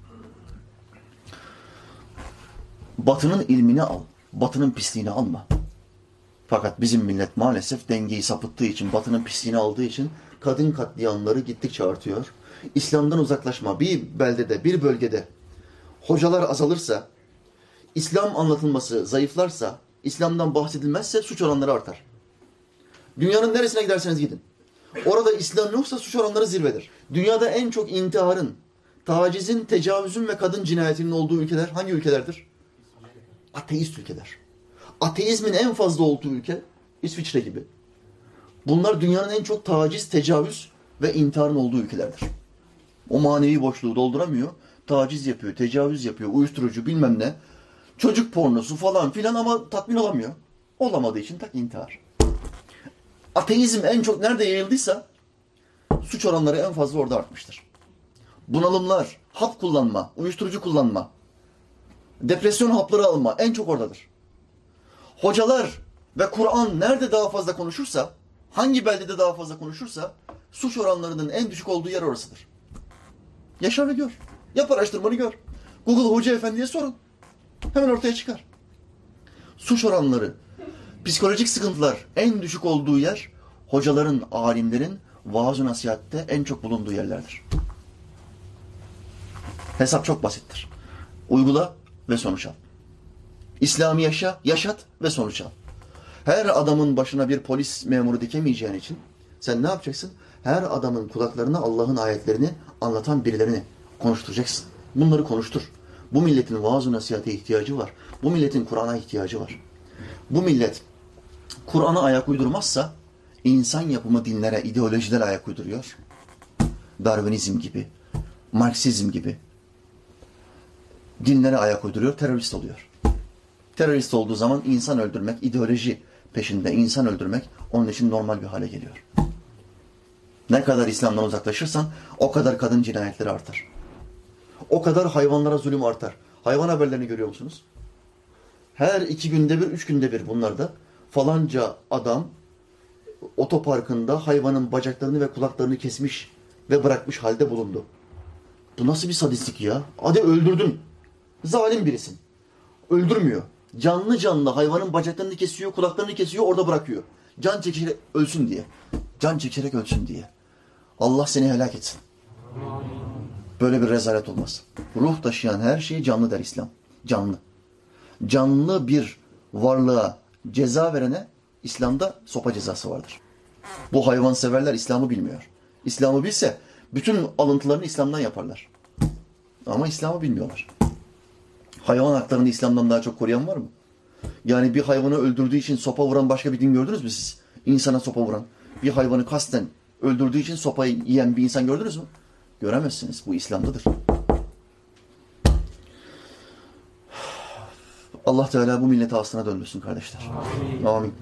Batının ilmini al. Batının pisliğini alma. Fakat bizim millet maalesef dengeyi sapıttığı için, batının pisliğini aldığı için kadın katliamları gittikçe artıyor. İslam'dan uzaklaşma bir beldede, bir bölgede hocalar azalırsa, İslam anlatılması zayıflarsa, İslam'dan bahsedilmezse suç oranları artar. Dünyanın neresine giderseniz gidin. Orada İslam yoksa suç oranları zirvedir. Dünyada en çok intiharın, tacizin, tecavüzün ve kadın cinayetinin olduğu ülkeler hangi ülkelerdir? Ateist ülkeler. Ateizmin en fazla olduğu ülke İsviçre gibi. Bunlar dünyanın en çok taciz, tecavüz ve intiharın olduğu ülkelerdir. O manevi boşluğu dolduramıyor. Taciz yapıyor, tecavüz yapıyor, uyuşturucu bilmem ne. Çocuk pornosu falan filan ama tatmin olamıyor. Olamadığı için tak intihar. Ateizm en çok nerede yayıldıysa suç oranları en fazla orada artmıştır. Bunalımlar, hap kullanma, uyuşturucu kullanma, depresyon hapları alma en çok oradadır. Hocalar ve Kur'an nerede daha fazla konuşursa, hangi beldede daha fazla konuşursa suç oranlarının en düşük olduğu yer orasıdır. Yaşa ve gör. Yap araştırmanı gör. Google Hoca Efendi'ye sorun. Hemen ortaya çıkar. Suç oranları, psikolojik sıkıntılar en düşük olduğu yer hocaların, alimlerin vaaz-ı nasihatte en çok bulunduğu yerlerdir. Hesap çok basittir. Uygula ve sonuç al. İslam'ı yaşa, yaşat ve sonuç al. Her adamın başına bir polis memuru dikemeyeceğin için sen ne yapacaksın? Her adamın kulaklarına Allah'ın ayetlerini anlatan birilerini konuşturacaksın. Bunları konuştur. Bu milletin vaaz-ı nasihate ihtiyacı var. Bu milletin Kur'an'a ihtiyacı var. Bu millet Kur'an'a ayak uydurmazsa insan yapımı dinlere, ideolojilere ayak uyduruyor. Darwinizm gibi, Marksizm gibi dinlere ayak uyduruyor, terörist oluyor. Terörist olduğu zaman insan öldürmek, ideoloji peşinde insan öldürmek onun için normal bir hale geliyor. Ne kadar İslam'dan uzaklaşırsan o kadar kadın cinayetleri artar. O kadar hayvanlara zulüm artar. Hayvan haberlerini görüyor musunuz? Her iki günde bir, üç günde bir bunlarda falanca adam otoparkında hayvanın bacaklarını ve kulaklarını kesmiş ve bırakmış halde bulundu. Bu nasıl bir sadistlik ya? Hadi öldürdün. Zalim birisin. Öldürmüyor. Canlı canlı hayvanın bacaklarını kesiyor, kulaklarını kesiyor, orada bırakıyor. Can çekişerek ölsün diye. Can çekişerek ölsün diye. Allah seni helak etsin. Böyle bir rezalet olmaz. Ruh taşıyan her şey canlı der İslam. Canlı. Canlı bir varlığa ceza verene İslam'da sopa cezası vardır. Bu hayvanseverler İslam'ı bilmiyor. İslam'ı bilse bütün alıntılarını İslam'dan yaparlar. Ama İslam'ı bilmiyorlar. Hayvan haklarını İslam'dan daha çok koruyan var mı? Yani bir hayvanı öldürdüğü için sopa vuran başka bir din gördünüz mü siz? İnsana sopa vuran. Bir hayvanı kasten öldürdüğü için sopayı yiyen bir insan gördünüz mü? Göremezsiniz. Bu İslam'dadır. Allah Teala bu milleti aslına döndürsün kardeşler. Amin. Amin.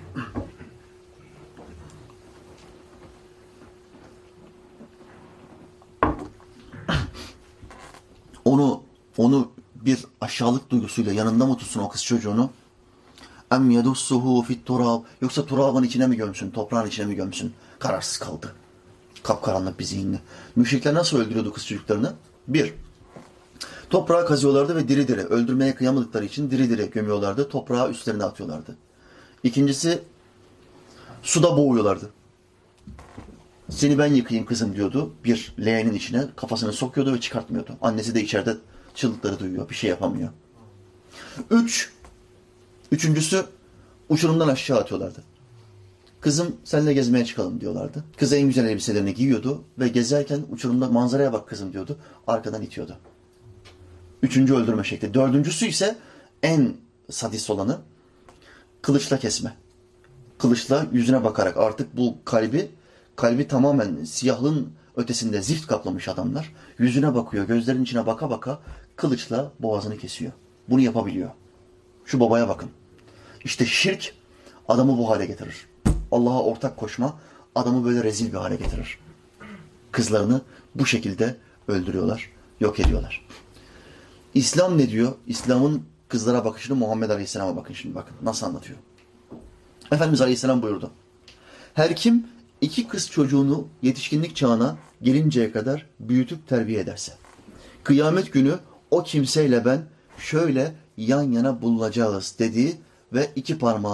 Onu onu bir aşağılık duygusuyla yanında mı tutsun o kız çocuğunu? Em yedussuhu fit turab. Yoksa turabın içine mi gömsün? Toprağın içine mi gömsün? Kararsız kaldı. Kapkaranlık bir zihinle. Müşrikler nasıl öldürüyordu kız çocuklarını? Bir, toprağa kazıyorlardı ve diri diri, öldürmeye kıyamadıkları için diri diri gömüyorlardı. Toprağı üstlerine atıyorlardı. İkincisi, suda boğuyorlardı. Seni ben yıkayayım kızım diyordu. Bir leğenin içine kafasını sokuyordu ve çıkartmıyordu. Annesi de içeride çığlıkları duyuyor. Bir şey yapamıyor. Üç, üçüncüsü uçurumdan aşağı atıyorlardı. Kızım seninle gezmeye çıkalım diyorlardı. Kız en güzel elbiselerini giyiyordu ve gezerken uçurumda manzaraya bak kızım diyordu. Arkadan itiyordu. Üçüncü öldürme şekli. Dördüncüsü ise en sadist olanı kılıçla kesme. Kılıçla yüzüne bakarak artık bu kalbi, kalbi tamamen siyahlığın ötesinde zift kaplamış adamlar. Yüzüne bakıyor, gözlerinin içine baka baka kılıçla boğazını kesiyor. Bunu yapabiliyor. Şu babaya bakın. İşte şirk adamı bu hale getirir. Allah'a ortak koşma adamı böyle rezil bir hale getirir. Kızlarını bu şekilde öldürüyorlar, yok ediyorlar. İslam ne diyor? İslam'ın kızlara bakışını Muhammed Aleyhisselam'a bakın şimdi bakın. Nasıl anlatıyor? Efendimiz Aleyhisselam buyurdu. Her kim iki kız çocuğunu yetişkinlik çağına gelinceye kadar büyütüp terbiye ederse, kıyamet günü o kimseyle ben şöyle yan yana bulunacağız dediği ve iki parmağını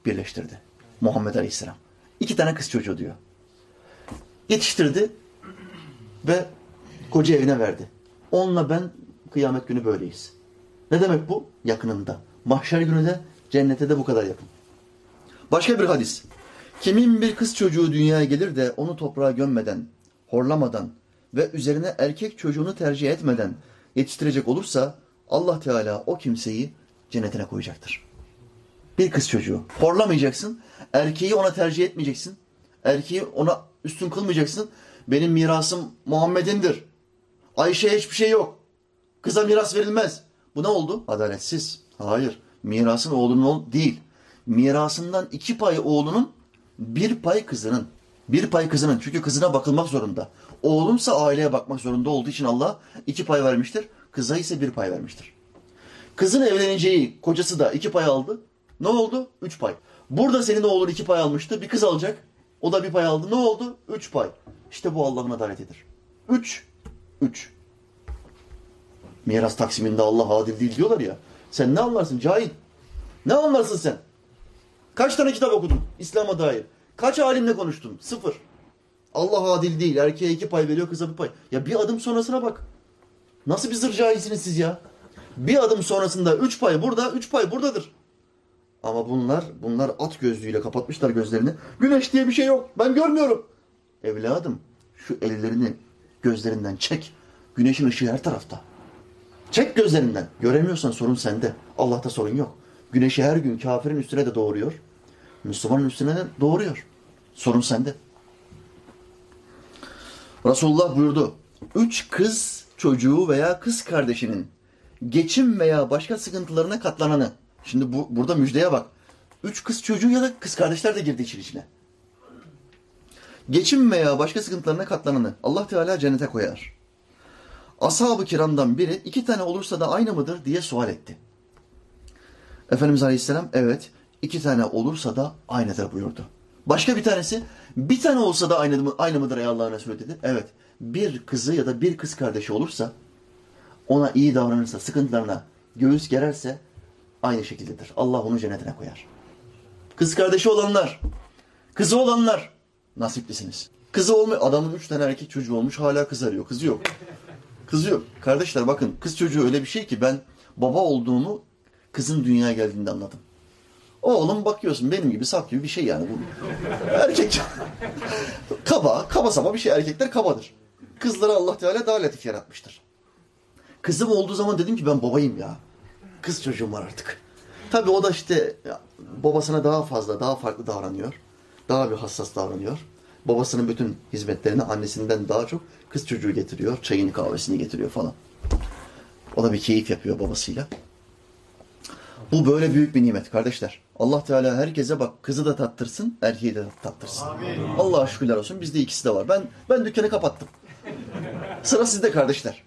birleştirdi. Muhammed Aleyhisselam. İki tane kız çocuğu diyor. Yetiştirdi ve koca evine verdi. Onunla ben kıyamet günü böyleyiz. Ne demek bu? Yakınında. Mahşer günü de cennete de bu kadar yakın. Başka bir hadis. Kimin bir kız çocuğu dünyaya gelir de onu toprağa gömmeden, horlamadan ve üzerine erkek çocuğunu tercih etmeden yetiştirecek olursa Allah Teala o kimseyi cennetine koyacaktır. Bir kız çocuğu. Horlamayacaksın. Erkeği ona tercih etmeyeceksin. Erkeği ona üstün kılmayacaksın. Benim mirasım Muhammed'indir. Ayşe'ye hiçbir şey yok. Kıza miras verilmez. Bu ne oldu? Adaletsiz. Hayır. Mirasın oğlunun değil. Mirasından iki pay oğlunun, bir pay kızının. Bir pay kızının. Çünkü kızına bakılmak zorunda. Oğlunsa aileye bakmak zorunda olduğu için Allah iki pay vermiştir. Kıza ise bir pay vermiştir. Kızın evleneceği kocası da iki pay aldı. Ne oldu? Üç pay. Burada senin oğlun iki pay almıştı. Bir kız alacak. O da bir pay aldı. Ne oldu? Üç pay. İşte bu Allah'ın adaletidir. Üç. Üç. Miras taksiminde Allah adil değil diyorlar ya. Sen ne anlarsın cahil? Ne anlarsın sen? Kaç tane kitap okudun İslam'a dair? Kaç alimle konuştun? Sıfır. Allah adil değil. Erkeğe iki pay veriyor, kıza bir pay. Ya bir adım sonrasına bak. Nasıl bir zır cahilsiniz siz ya? Bir adım sonrasında üç pay burada, üç pay buradadır. Ama bunlar, bunlar at gözlüğüyle kapatmışlar gözlerini. Güneş diye bir şey yok. Ben görmüyorum. Evladım, şu ellerini gözlerinden çek. Güneşin ışığı her tarafta. Çek gözlerinden. Göremiyorsan sorun sende. Allah'ta sorun yok. Güneşi her gün kafirin üstüne de doğuruyor. Müslümanın üstüne de doğuruyor. Sorun sende. Resulullah buyurdu. Üç kız çocuğu veya kız kardeşinin geçim veya başka sıkıntılarına katlananı. Şimdi bu, burada müjdeye bak. Üç kız çocuğu ya da kız kardeşler de girdi için içine. Geçim veya başka sıkıntılarına katlananı Allah Teala cennete koyar. Ashab-ı kiramdan biri iki tane olursa da aynı mıdır diye sual etti. Efendimiz Aleyhisselam evet iki tane olursa da aynıdır buyurdu. Başka bir tanesi bir tane olsa da aynı, mı, aynı mıdır ey Allah'ın Resulü dedi. Evet bir kızı ya da bir kız kardeşi olursa ona iyi davranırsa sıkıntılarına göğüs gererse aynı şekildedir. Allah onu cennetine koyar. Kız kardeşi olanlar, kızı olanlar nasiplisiniz. Kızı olmuyor. Adamın üç tane erkek çocuğu olmuş hala kız arıyor. Kızı yok. Kızı yok. Kardeşler bakın kız çocuğu öyle bir şey ki ben baba olduğumu kızın dünyaya geldiğinde anladım. Oğlum bakıyorsun benim gibi sap gibi bir şey yani bu. Erkek kaba, kaba saba bir şey. Erkekler kabadır. Kızları Allah Teala daha latif yaratmıştır. Kızım olduğu zaman dedim ki ben babayım ya. Kız çocuğum var artık. Tabii o da işte ya, babasına daha fazla, daha farklı davranıyor. Daha bir hassas davranıyor. Babasının bütün hizmetlerini annesinden daha çok kız çocuğu getiriyor. Çayını kahvesini getiriyor falan. O da bir keyif yapıyor babasıyla. Bu böyle büyük bir nimet kardeşler. Allah Teala herkese bak kızı da tattırsın, erkeği de tattırsın. Amin. Allah'a şükürler olsun bizde ikisi de var. Ben ben dükkanı kapattım. Sıra sizde kardeşler.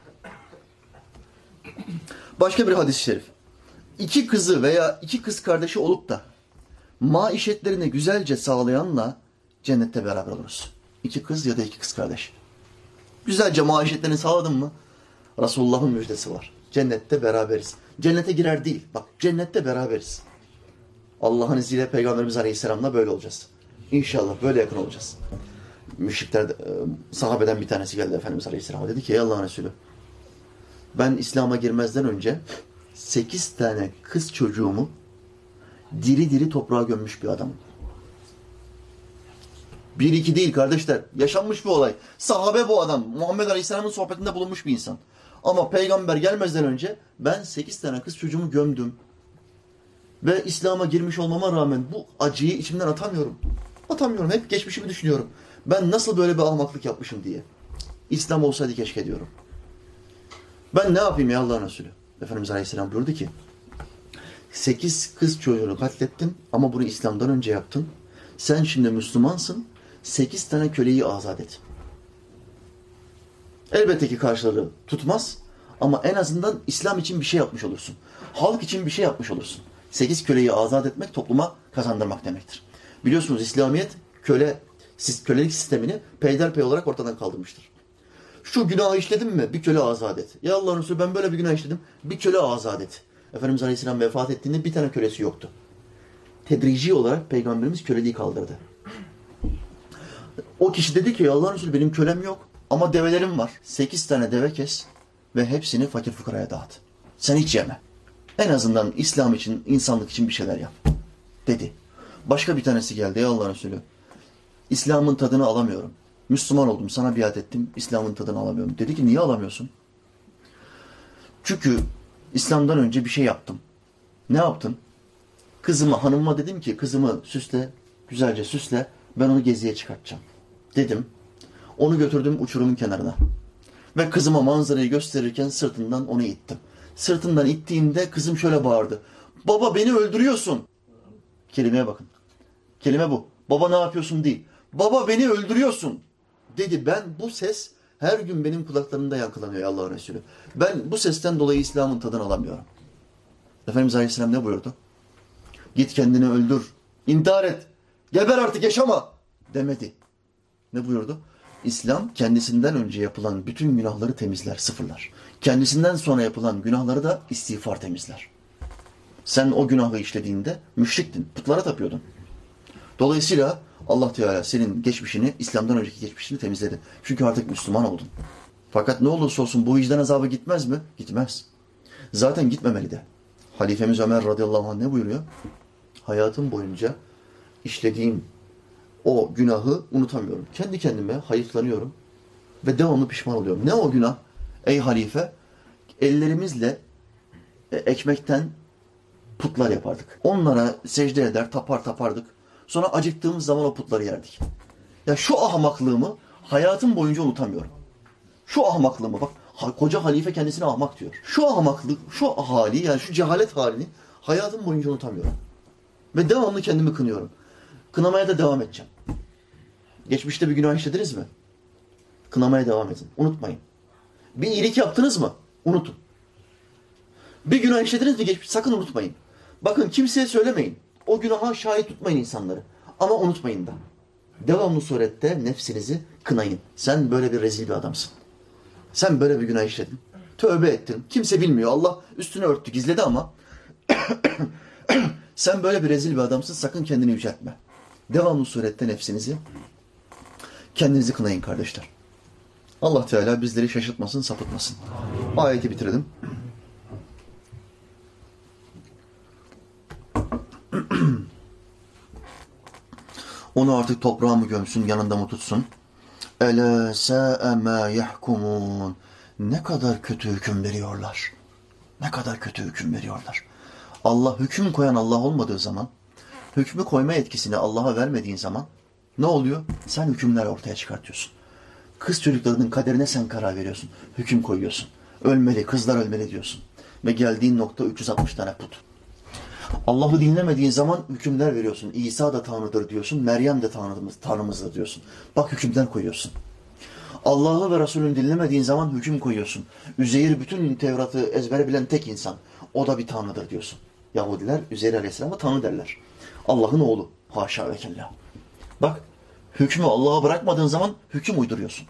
Başka bir hadis-i şerif. İki kızı veya iki kız kardeşi olup da maişetlerini güzelce sağlayanla cennette beraber oluruz. İki kız ya da iki kız kardeş. Güzelce maişetlerini sağladın mı Resulullah'ın müjdesi var. Cennette beraberiz. Cennete girer değil. Bak cennette beraberiz. Allah'ın izniyle Peygamberimiz Aleyhisselam'la böyle olacağız. İnşallah böyle yakın olacağız. Müşrikler, sahabeden bir tanesi geldi Efendimiz Aleyhisselam'a. Dedi ki ey Allah'ın Resulü ben İslam'a girmezden önce sekiz tane kız çocuğumu diri diri toprağa gömmüş bir adamım. Bir iki değil kardeşler. Yaşanmış bir olay. Sahabe bu adam. Muhammed Aleyhisselam'ın sohbetinde bulunmuş bir insan. Ama peygamber gelmezden önce ben sekiz tane kız çocuğumu gömdüm. Ve İslam'a girmiş olmama rağmen bu acıyı içimden atamıyorum. Atamıyorum. Hep geçmişimi düşünüyorum. Ben nasıl böyle bir ahmaklık yapmışım diye. İslam olsaydı keşke diyorum. Ben ne yapayım ya Allah'ın Resulü? Efendimiz Aleyhisselam buyurdu ki sekiz kız çocuğunu katlettin ama bunu İslam'dan önce yaptın. Sen şimdi Müslümansın. Sekiz tane köleyi azat et. Elbette ki karşılığı tutmaz. Ama en azından İslam için bir şey yapmış olursun. Halk için bir şey yapmış olursun. Sekiz köleyi azat etmek topluma kazandırmak demektir. Biliyorsunuz İslamiyet köle, kölelik sistemini peyderpey olarak ortadan kaldırmıştır. Şu günahı işledin mi? Bir köle azat et. Ya Allah'ın Resulü ben böyle bir günah işledim. Bir köle azat et. Efendimiz Aleyhisselam vefat ettiğinde bir tane kölesi yoktu. tedrici olarak Peygamberimiz köleliği kaldırdı. O kişi dedi ki Allah'ın Resulü benim kölem yok ama develerim var. Sekiz tane deve kes ve hepsini fakir fukaraya dağıt. Sen hiç yeme. En azından İslam için, insanlık için bir şeyler yap dedi. Başka bir tanesi geldi ey Allah'ın Resulü. İslam'ın tadını alamıyorum. Müslüman oldum, sana biat ettim, İslam'ın tadını alamıyorum. Dedi ki niye alamıyorsun? Çünkü İslam'dan önce bir şey yaptım. Ne yaptın? Kızıma, hanımıma dedim ki kızımı süsle, güzelce süsle, ben onu geziye çıkartacağım. Dedim. Onu götürdüm uçurumun kenarına. Ve kızıma manzarayı gösterirken sırtından onu ittim. Sırtından ittiğimde kızım şöyle bağırdı. Baba beni öldürüyorsun. Kelimeye bakın. Kelime bu. Baba ne yapıyorsun değil. Baba beni öldürüyorsun. Dedi ben bu ses her gün benim kulaklarımda yankılanıyor Allah'ın Resulü. Ben bu sesten dolayı İslam'ın tadını alamıyorum. Efendimiz Aleyhisselam ne buyurdu? Git kendini öldür. İntihar et. Geber artık yaşama. Demedi. Ne buyurdu? İslam kendisinden önce yapılan bütün günahları temizler, sıfırlar. Kendisinden sonra yapılan günahları da istiğfar temizler. Sen o günahı işlediğinde müşriktin, putlara tapıyordun. Dolayısıyla Allah Teala senin geçmişini, İslam'dan önceki geçmişini temizledi. Çünkü artık Müslüman oldun. Fakat ne olursa olsun bu vicdan azabı gitmez mi? Gitmez. Zaten gitmemeli de. Halifemiz Ömer radıyallahu anh ne buyuruyor? Hayatım boyunca işlediğim o günahı unutamıyorum. Kendi kendime hayıflanıyorum ve devamlı pişman oluyorum. Ne o günah? Ey halife, ellerimizle ekmekten putlar yapardık. Onlara secde eder, tapar tapardık. Sonra acıktığımız zaman o putları yerdik. Ya şu ahmaklığımı hayatım boyunca unutamıyorum. Şu ahmaklığımı bak, koca halife kendisine ahmak diyor. Şu ahmaklık, şu hali yani şu cehalet halini hayatım boyunca unutamıyorum. Ve devamlı kendimi kınıyorum. Kınamaya da devam edeceğim. Geçmişte bir günah işlediniz mi? Kınamaya devam edin. Unutmayın. Bir iyilik yaptınız mı? Unutun. Bir günah işlediniz mi? Geçmiş. Sakın unutmayın. Bakın kimseye söylemeyin. O günaha şahit tutmayın insanları. Ama unutmayın da. Devamlı surette nefsinizi kınayın. Sen böyle bir rezil bir adamsın. Sen böyle bir günah işledin. Tövbe ettin. Kimse bilmiyor. Allah üstüne örttü, gizledi ama sen böyle bir rezil bir adamsın. Sakın kendini yüceltme. Devamlı surette nefsinizi, kendinizi kınayın kardeşler. Allah Teala bizleri şaşırtmasın, sapıtmasın. Ayeti bitirelim. Onu artık toprağa mı gömsün, yanında mı tutsun? Ele sa'e ma yahkumun. Ne kadar kötü hüküm veriyorlar. Ne kadar kötü hüküm veriyorlar. Allah hüküm koyan Allah olmadığı zaman, hükmü koyma etkisini Allah'a vermediğin zaman ne oluyor? Sen hükümler ortaya çıkartıyorsun. Kız çocuklarının kaderine sen karar veriyorsun. Hüküm koyuyorsun. Ölmeli, kızlar ölmeli diyorsun. Ve geldiğin nokta üç yüz altmış tane put. Allah'ı dinlemediğin zaman hükümler veriyorsun. İsa da Tanrı'dır diyorsun. Meryem de Tanrımız, Tanrımızdır diyorsun. Bak hükümler koyuyorsun. Allah'ı ve Resulünü dinlemediğin zaman hüküm koyuyorsun. Üzeyir bütün Tevrat'ı ezbere bilen tek insan. O da bir Tanrı'dır diyorsun. Yahudiler Üzeyir Aleyhisselam'a Tanrı derler. Allah'ın oğlu. Haşa ve kella. Bak hükmü Allah'a bırakmadığın zaman hüküm uyduruyorsun.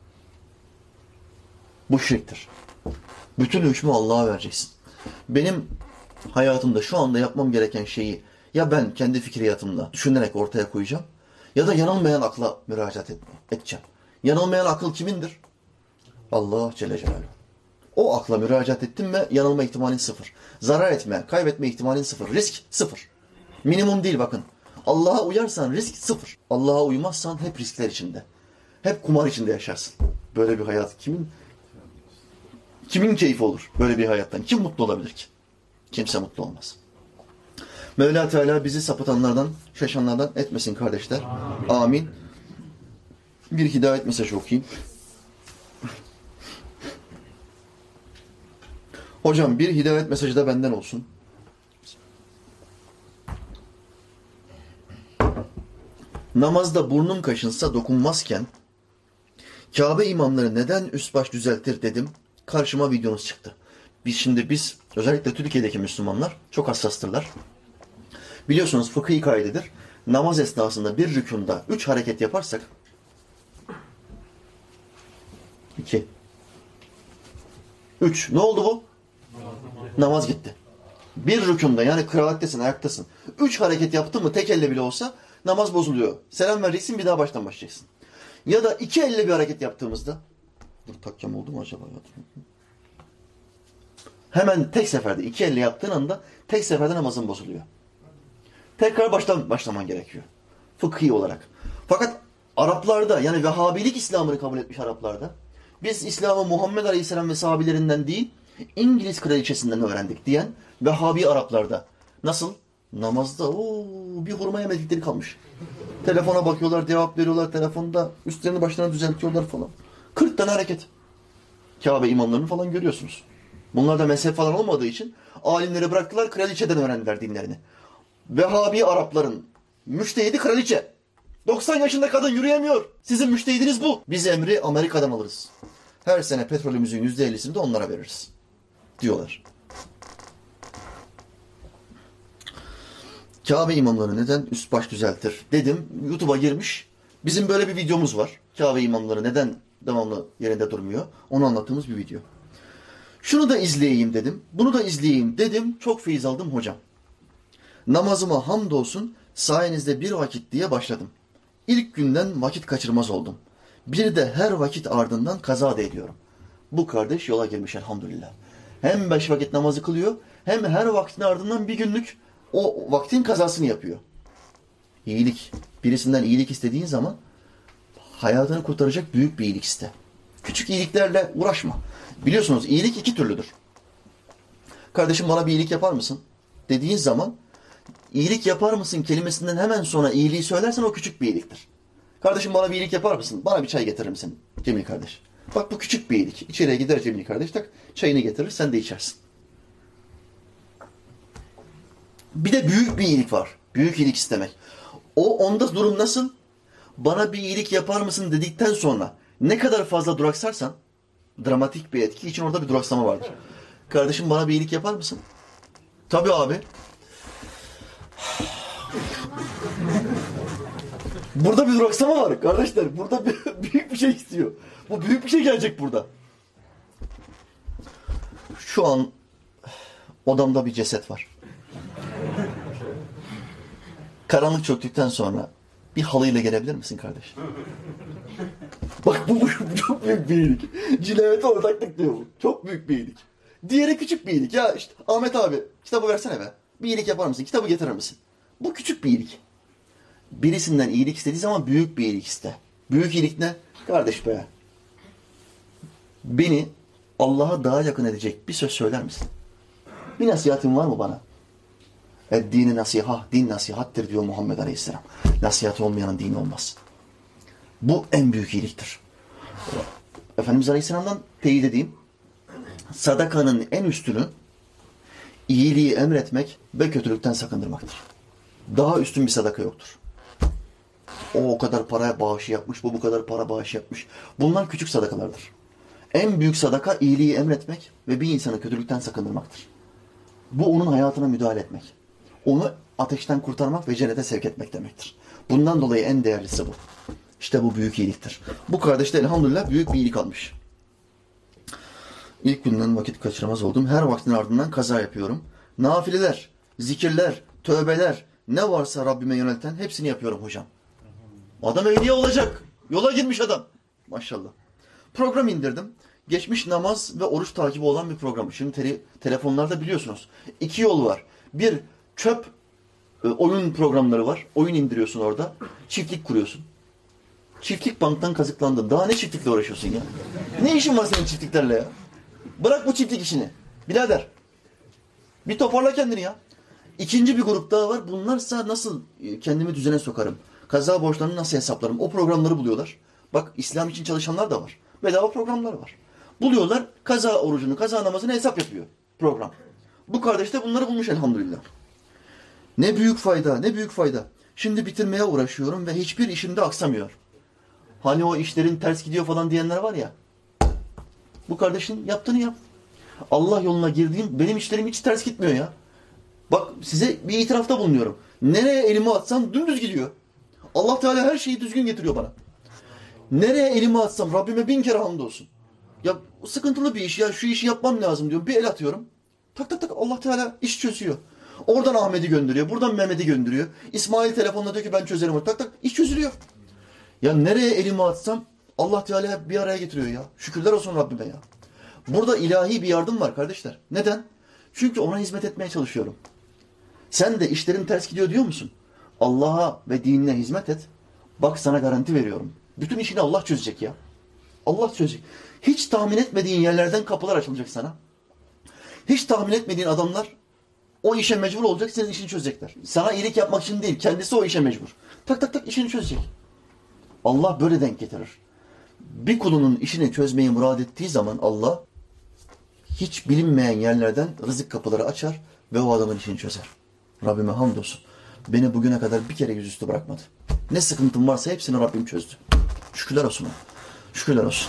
Bu şirktir. Bütün hükmü Allah'a vereceksin. Benim hayatımda şu anda yapmam gereken şeyi ya ben kendi fikriyatımla düşünerek ortaya koyacağım ya da yanılmayan akla müracaat et, edeceğim. Yanılmayan akıl kimindir? Allah Celle Celaluhu. O akla müracaat ettim ve yanılma ihtimalin sıfır. Zarar etme, kaybetme ihtimalin sıfır. Risk sıfır. Minimum değil bakın. Allah'a uyarsan risk sıfır. Allah'a uymazsan hep riskler içinde. Hep kumar içinde yaşarsın. Böyle bir hayat kimin kimin keyfi olur böyle bir hayattan? Kim mutlu olabilir ki? Kimse mutlu olmaz. Mevla Teala bizi sapıtanlardan, şaşanlardan etmesin kardeşler. Amin. Bir hidayet mesajı okuyayım. Hocam bir hidayet mesajı da benden olsun. Namazda burnum kaşınsa dokunmazken Kabe imamları neden üst baş düzeltir dedim. Karşıma videonuz çıktı. Biz şimdi biz özellikle Türkiye'deki Müslümanlar çok hassastırlar. Biliyorsunuz fıkhi kaidedir. Namaz esnasında bir rükûnda üç hareket yaparsak iki üç ne oldu bu? Namaz gitti. Bir rükûnda yani kıraattesin, ayaktasın. Üç hareket yaptın mı tek elle bile olsa namaz bozuluyor. Selam vereceksin, bir daha baştan başlayacaksın. Ya da iki elle bir hareket yaptığımızda, dur takkam oldu mu acaba? Hemen tek seferde iki elle yaptığın anda tek seferde namazın bozuluyor. Tekrar baştan başlaman gerekiyor. Fıkhi olarak. Fakat Araplarda yani Vehhabilik İslam'ını kabul etmiş Araplarda biz İslam'ı Muhammed Aleyhisselam ve sahabilerinden değil İngiliz kraliçesinden öğrendik diyen Vehhabi Araplarda. Nasıl? Namazda ooo bir hurma yemedikleri kalmış. Telefona bakıyorlar, cevap veriyorlar telefonda. Üstlerini başlarına düzeltiyorlar falan. kırk tane hareket. Kabe imamlarını falan görüyorsunuz. Bunlar da mezhep falan olmadığı için alimleri bıraktılar, kraliçeden öğrendiler dinlerini. Vehhabi Arapların müştehidi kraliçe. doksan yaşında kadın yürüyemiyor. Sizin müştehidiniz bu. Biz emri Amerika'dan alırız. Her sene petrolümüzün yüzde ellisini de onlara veririz. Diyorlar. Kabe imamları neden üst baş düzeltir? Dedim, YouTube'a girmiş. Bizim böyle bir videomuz var. Kabe imamları neden devamlı yerinde durmuyor? Onu anlattığımız bir video. Şunu da izleyeyim dedim. Bunu da izleyeyim dedim. Çok feyiz aldım hocam. Namazıma hamdolsun sayenizde bir vakit diye başladım. İlk günden vakit kaçırmaz oldum. Bir de her vakit ardından kaza da ediyorum. Bu kardeş yola girmiş elhamdülillah. Hem beş vakit namazı kılıyor hem her vaktin ardından bir günlük o vaktin kazasını yapıyor. İyilik. Birisinden iyilik istediğin zaman hayatını kurtaracak büyük bir iyilik iste. Küçük iyiliklerle uğraşma. Biliyorsunuz iyilik iki türlüdür. Kardeşim bana bir iyilik yapar mısın? Dediğin zaman iyilik yapar mısın kelimesinden hemen sonra iyiliği söylersen o küçük bir iyiliktir. Kardeşim bana bir iyilik yapar mısın? Bana bir çay getirir misin Cemil kardeş? Bak bu küçük bir iyilik. İçeriye gider Cemil kardeş tak çayını getirir sen de içersin. Bir de büyük bir iyilik var. Büyük iyilik istemek. O onda durum nasıl? Bana bir iyilik yapar mısın dedikten sonra ne kadar fazla duraksarsan dramatik bir etki için orada bir duraksama vardır. Kardeşim bana bir iyilik yapar mısın? Tabii abi. Burada bir duraksama var kardeşler. Burada bir, büyük bir şey istiyor. Bu büyük bir şey gelecek burada. Şu an odamda bir ceset var. Karanlık çöktükten sonra bir halıyla gelebilir misin kardeş? Bak bu, bu çok büyük bir iyilik. Cinayete ortaklık diyor bu. Çok büyük bir iyilik. Diğeri küçük bir iyilik. Ya işte Ahmet abi kitabı versene be. Bir iyilik yapar mısın? Kitabı getirir misin? Bu küçük bir iyilik. Birisinden iyilik istediği zaman büyük bir iyilik iste. Büyük iyilik ne? Kardeş be. Beni Allah'a daha yakın edecek bir söz söyler misin? Bir nasihatin var mı bana? Dini nasiha, din nasihattir diyor Muhammed Aleyhisselam. Nasihat olmayanın dini olmaz. Bu en büyük iyiliktir. Efendimiz Aleyhisselam'dan teyit edeyim. Sadakanın en üstünü iyiliği emretmek ve kötülükten sakındırmaktır. Daha üstün bir sadaka yoktur. O o kadar para bağışı yapmış, bu bu kadar para bağışı yapmış. Bunlar küçük sadakalardır. En büyük sadaka iyiliği emretmek ve bir insanı kötülükten sakındırmaktır. Bu onun hayatına müdahale etmek. Onu ateşten kurtarmak ve cennete sevk etmek demektir. Bundan dolayı en değerlisi bu. İşte bu büyük iyiliktir. Bu kardeş de elhamdülillah büyük bir iyilik almış. İlk günden vakit kaçırmaz oldum. Her vaktin ardından kaza yapıyorum. Nafileler, zikirler, tövbeler, ne varsa Rabbime yönelten hepsini yapıyorum hocam. Adam evliya olacak. Yola girmiş adam. Maşallah. Program indirdim. Geçmiş namaz ve oruç takibi olan bir program. Şimdi te- telefonlarda biliyorsunuz. İki yol var. Bir, çöp e, oyun programları var. Oyun indiriyorsun orada. Çiftlik kuruyorsun. Çiftlik banktan kazıklandın. Daha ne çiftlikle uğraşıyorsun ya? Ne işin var senin çiftliklerle ya? Bırak bu çiftlik işini. Birader. Bir toparla kendini ya. İkinci bir grup daha var. Bunlarsa nasıl kendimi düzene sokarım? Kaza borçlarını nasıl hesaplarım? O programları buluyorlar. Bak İslam için çalışanlar da var. Bedava programlar var. Buluyorlar kaza orucunu, kaza namazını hesap yapıyor program. Bu kardeş de bunları bulmuş elhamdülillah. Ne büyük fayda, ne büyük fayda. Şimdi bitirmeye uğraşıyorum ve hiçbir işimde aksamıyor. Hani o işlerin ters gidiyor falan diyenler var ya. Bu kardeşin yaptığını yap. Allah yoluna girdiğim benim işlerim hiç ters gitmiyor ya. Bak size bir itirafta bulunuyorum. Nereye elimi atsam dümdüz gidiyor. Allah Teala her şeyi düzgün getiriyor bana. Nereye elimi atsam Rabbime bin kere hamdolsun. Ya sıkıntılı bir iş ya şu işi yapmam lazım diyorum. Bir el atıyorum. Tak tak tak Allah Teala iş çözüyor. Oradan Ahmet'i gönderiyor, buradan Mehmet'i gönderiyor. İsmail telefonla diyor ki ben çözerim onu. Tak tak iş çözülüyor. Ya nereye elimi atsam Allah Teala bir araya getiriyor ya. Şükürler olsun Rabbime ya. Burada ilahi bir yardım var kardeşler. Neden? Çünkü ona hizmet etmeye çalışıyorum. Sen de işlerin ters gidiyor diyor musun? Allah'a ve dinine hizmet et. Bak sana garanti veriyorum. Bütün işini Allah çözecek ya. Allah çözecek. Hiç tahmin etmediğin yerlerden kapılar açılacak sana. Hiç tahmin etmediğin adamlar o işe mecbur olacak, senin işini çözecekler. Sana iyilik yapmak için değil, kendisi o işe mecbur. Tak tak tak işini çözecek. Allah böyle denk getirir. Bir kulunun işini çözmeyi murad ettiği zaman Allah hiç bilinmeyen yerlerden rızık kapıları açar ve o adamın işini çözer. Rabbime hamdolsun. Beni bugüne kadar bir kere yüzüstü bırakmadı. Ne sıkıntım varsa hepsini Rabbim çözdü. Şükürler olsun. Şükürler olsun.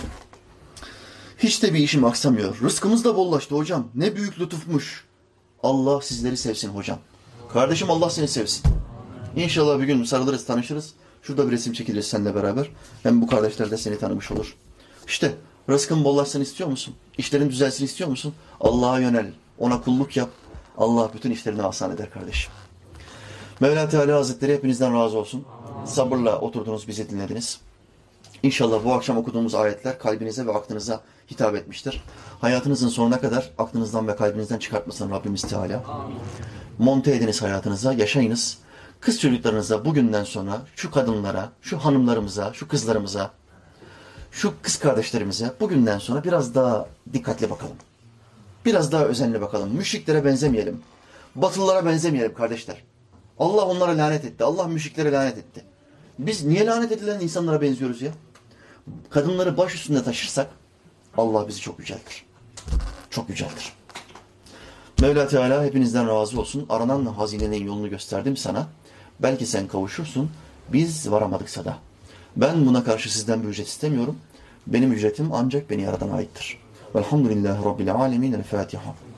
Hiç de bir işim aksamıyor. Rızkımız da bollaştı hocam. Ne büyük lütufmuş. Allah sizleri sevsin hocam. Kardeşim Allah seni sevsin. İnşallah bir gün sarılırız, tanışırız. Şurada bir resim çekiliriz seninle beraber. Hem bu kardeşler de seni tanımış olur. İşte rızkın bollaşsın istiyor musun? İşlerin düzelsin istiyor musun? Allah'a yönel. Ona kulluk yap. Allah bütün işlerini asan eder kardeşim. Mevla Teala Hazretleri hepinizden razı olsun. Sabırla oturdunuz, bizi dinlediniz. İnşallah bu akşam okuduğumuz ayetler kalbinize ve aklınıza hitap etmiştir. Hayatınızın sonuna kadar aklınızdan ve kalbinizden çıkartmasın Rabbimiz Teala. Monte ediniz hayatınıza, yaşayınız. Kız çocuklarınıza bugünden sonra şu kadınlara, şu hanımlarımıza, şu kızlarımıza, şu kız kardeşlerimize bugünden sonra biraz daha dikkatli bakalım. Biraz daha özenli bakalım. Müşriklere benzemeyelim. Batılılara benzemeyelim kardeşler. Allah onlara lanet etti. Allah müşriklere lanet etti. Biz niye lanet edilen insanlara benziyoruz ya? Kadınları baş üstünde taşırsak Allah bizi çok yüceltir. Çok yüceltir. Mevla Teala hepinizden razı olsun. Aranan hazinenin yolunu gösterdim sana. Belki sen kavuşursun. Biz varamadıksa da. Ben buna karşı sizden bir ücret istemiyorum. Benim ücretim ancak beni yaradan aittir. Velhamdülillahi Rabbil alemin. El Fatiha.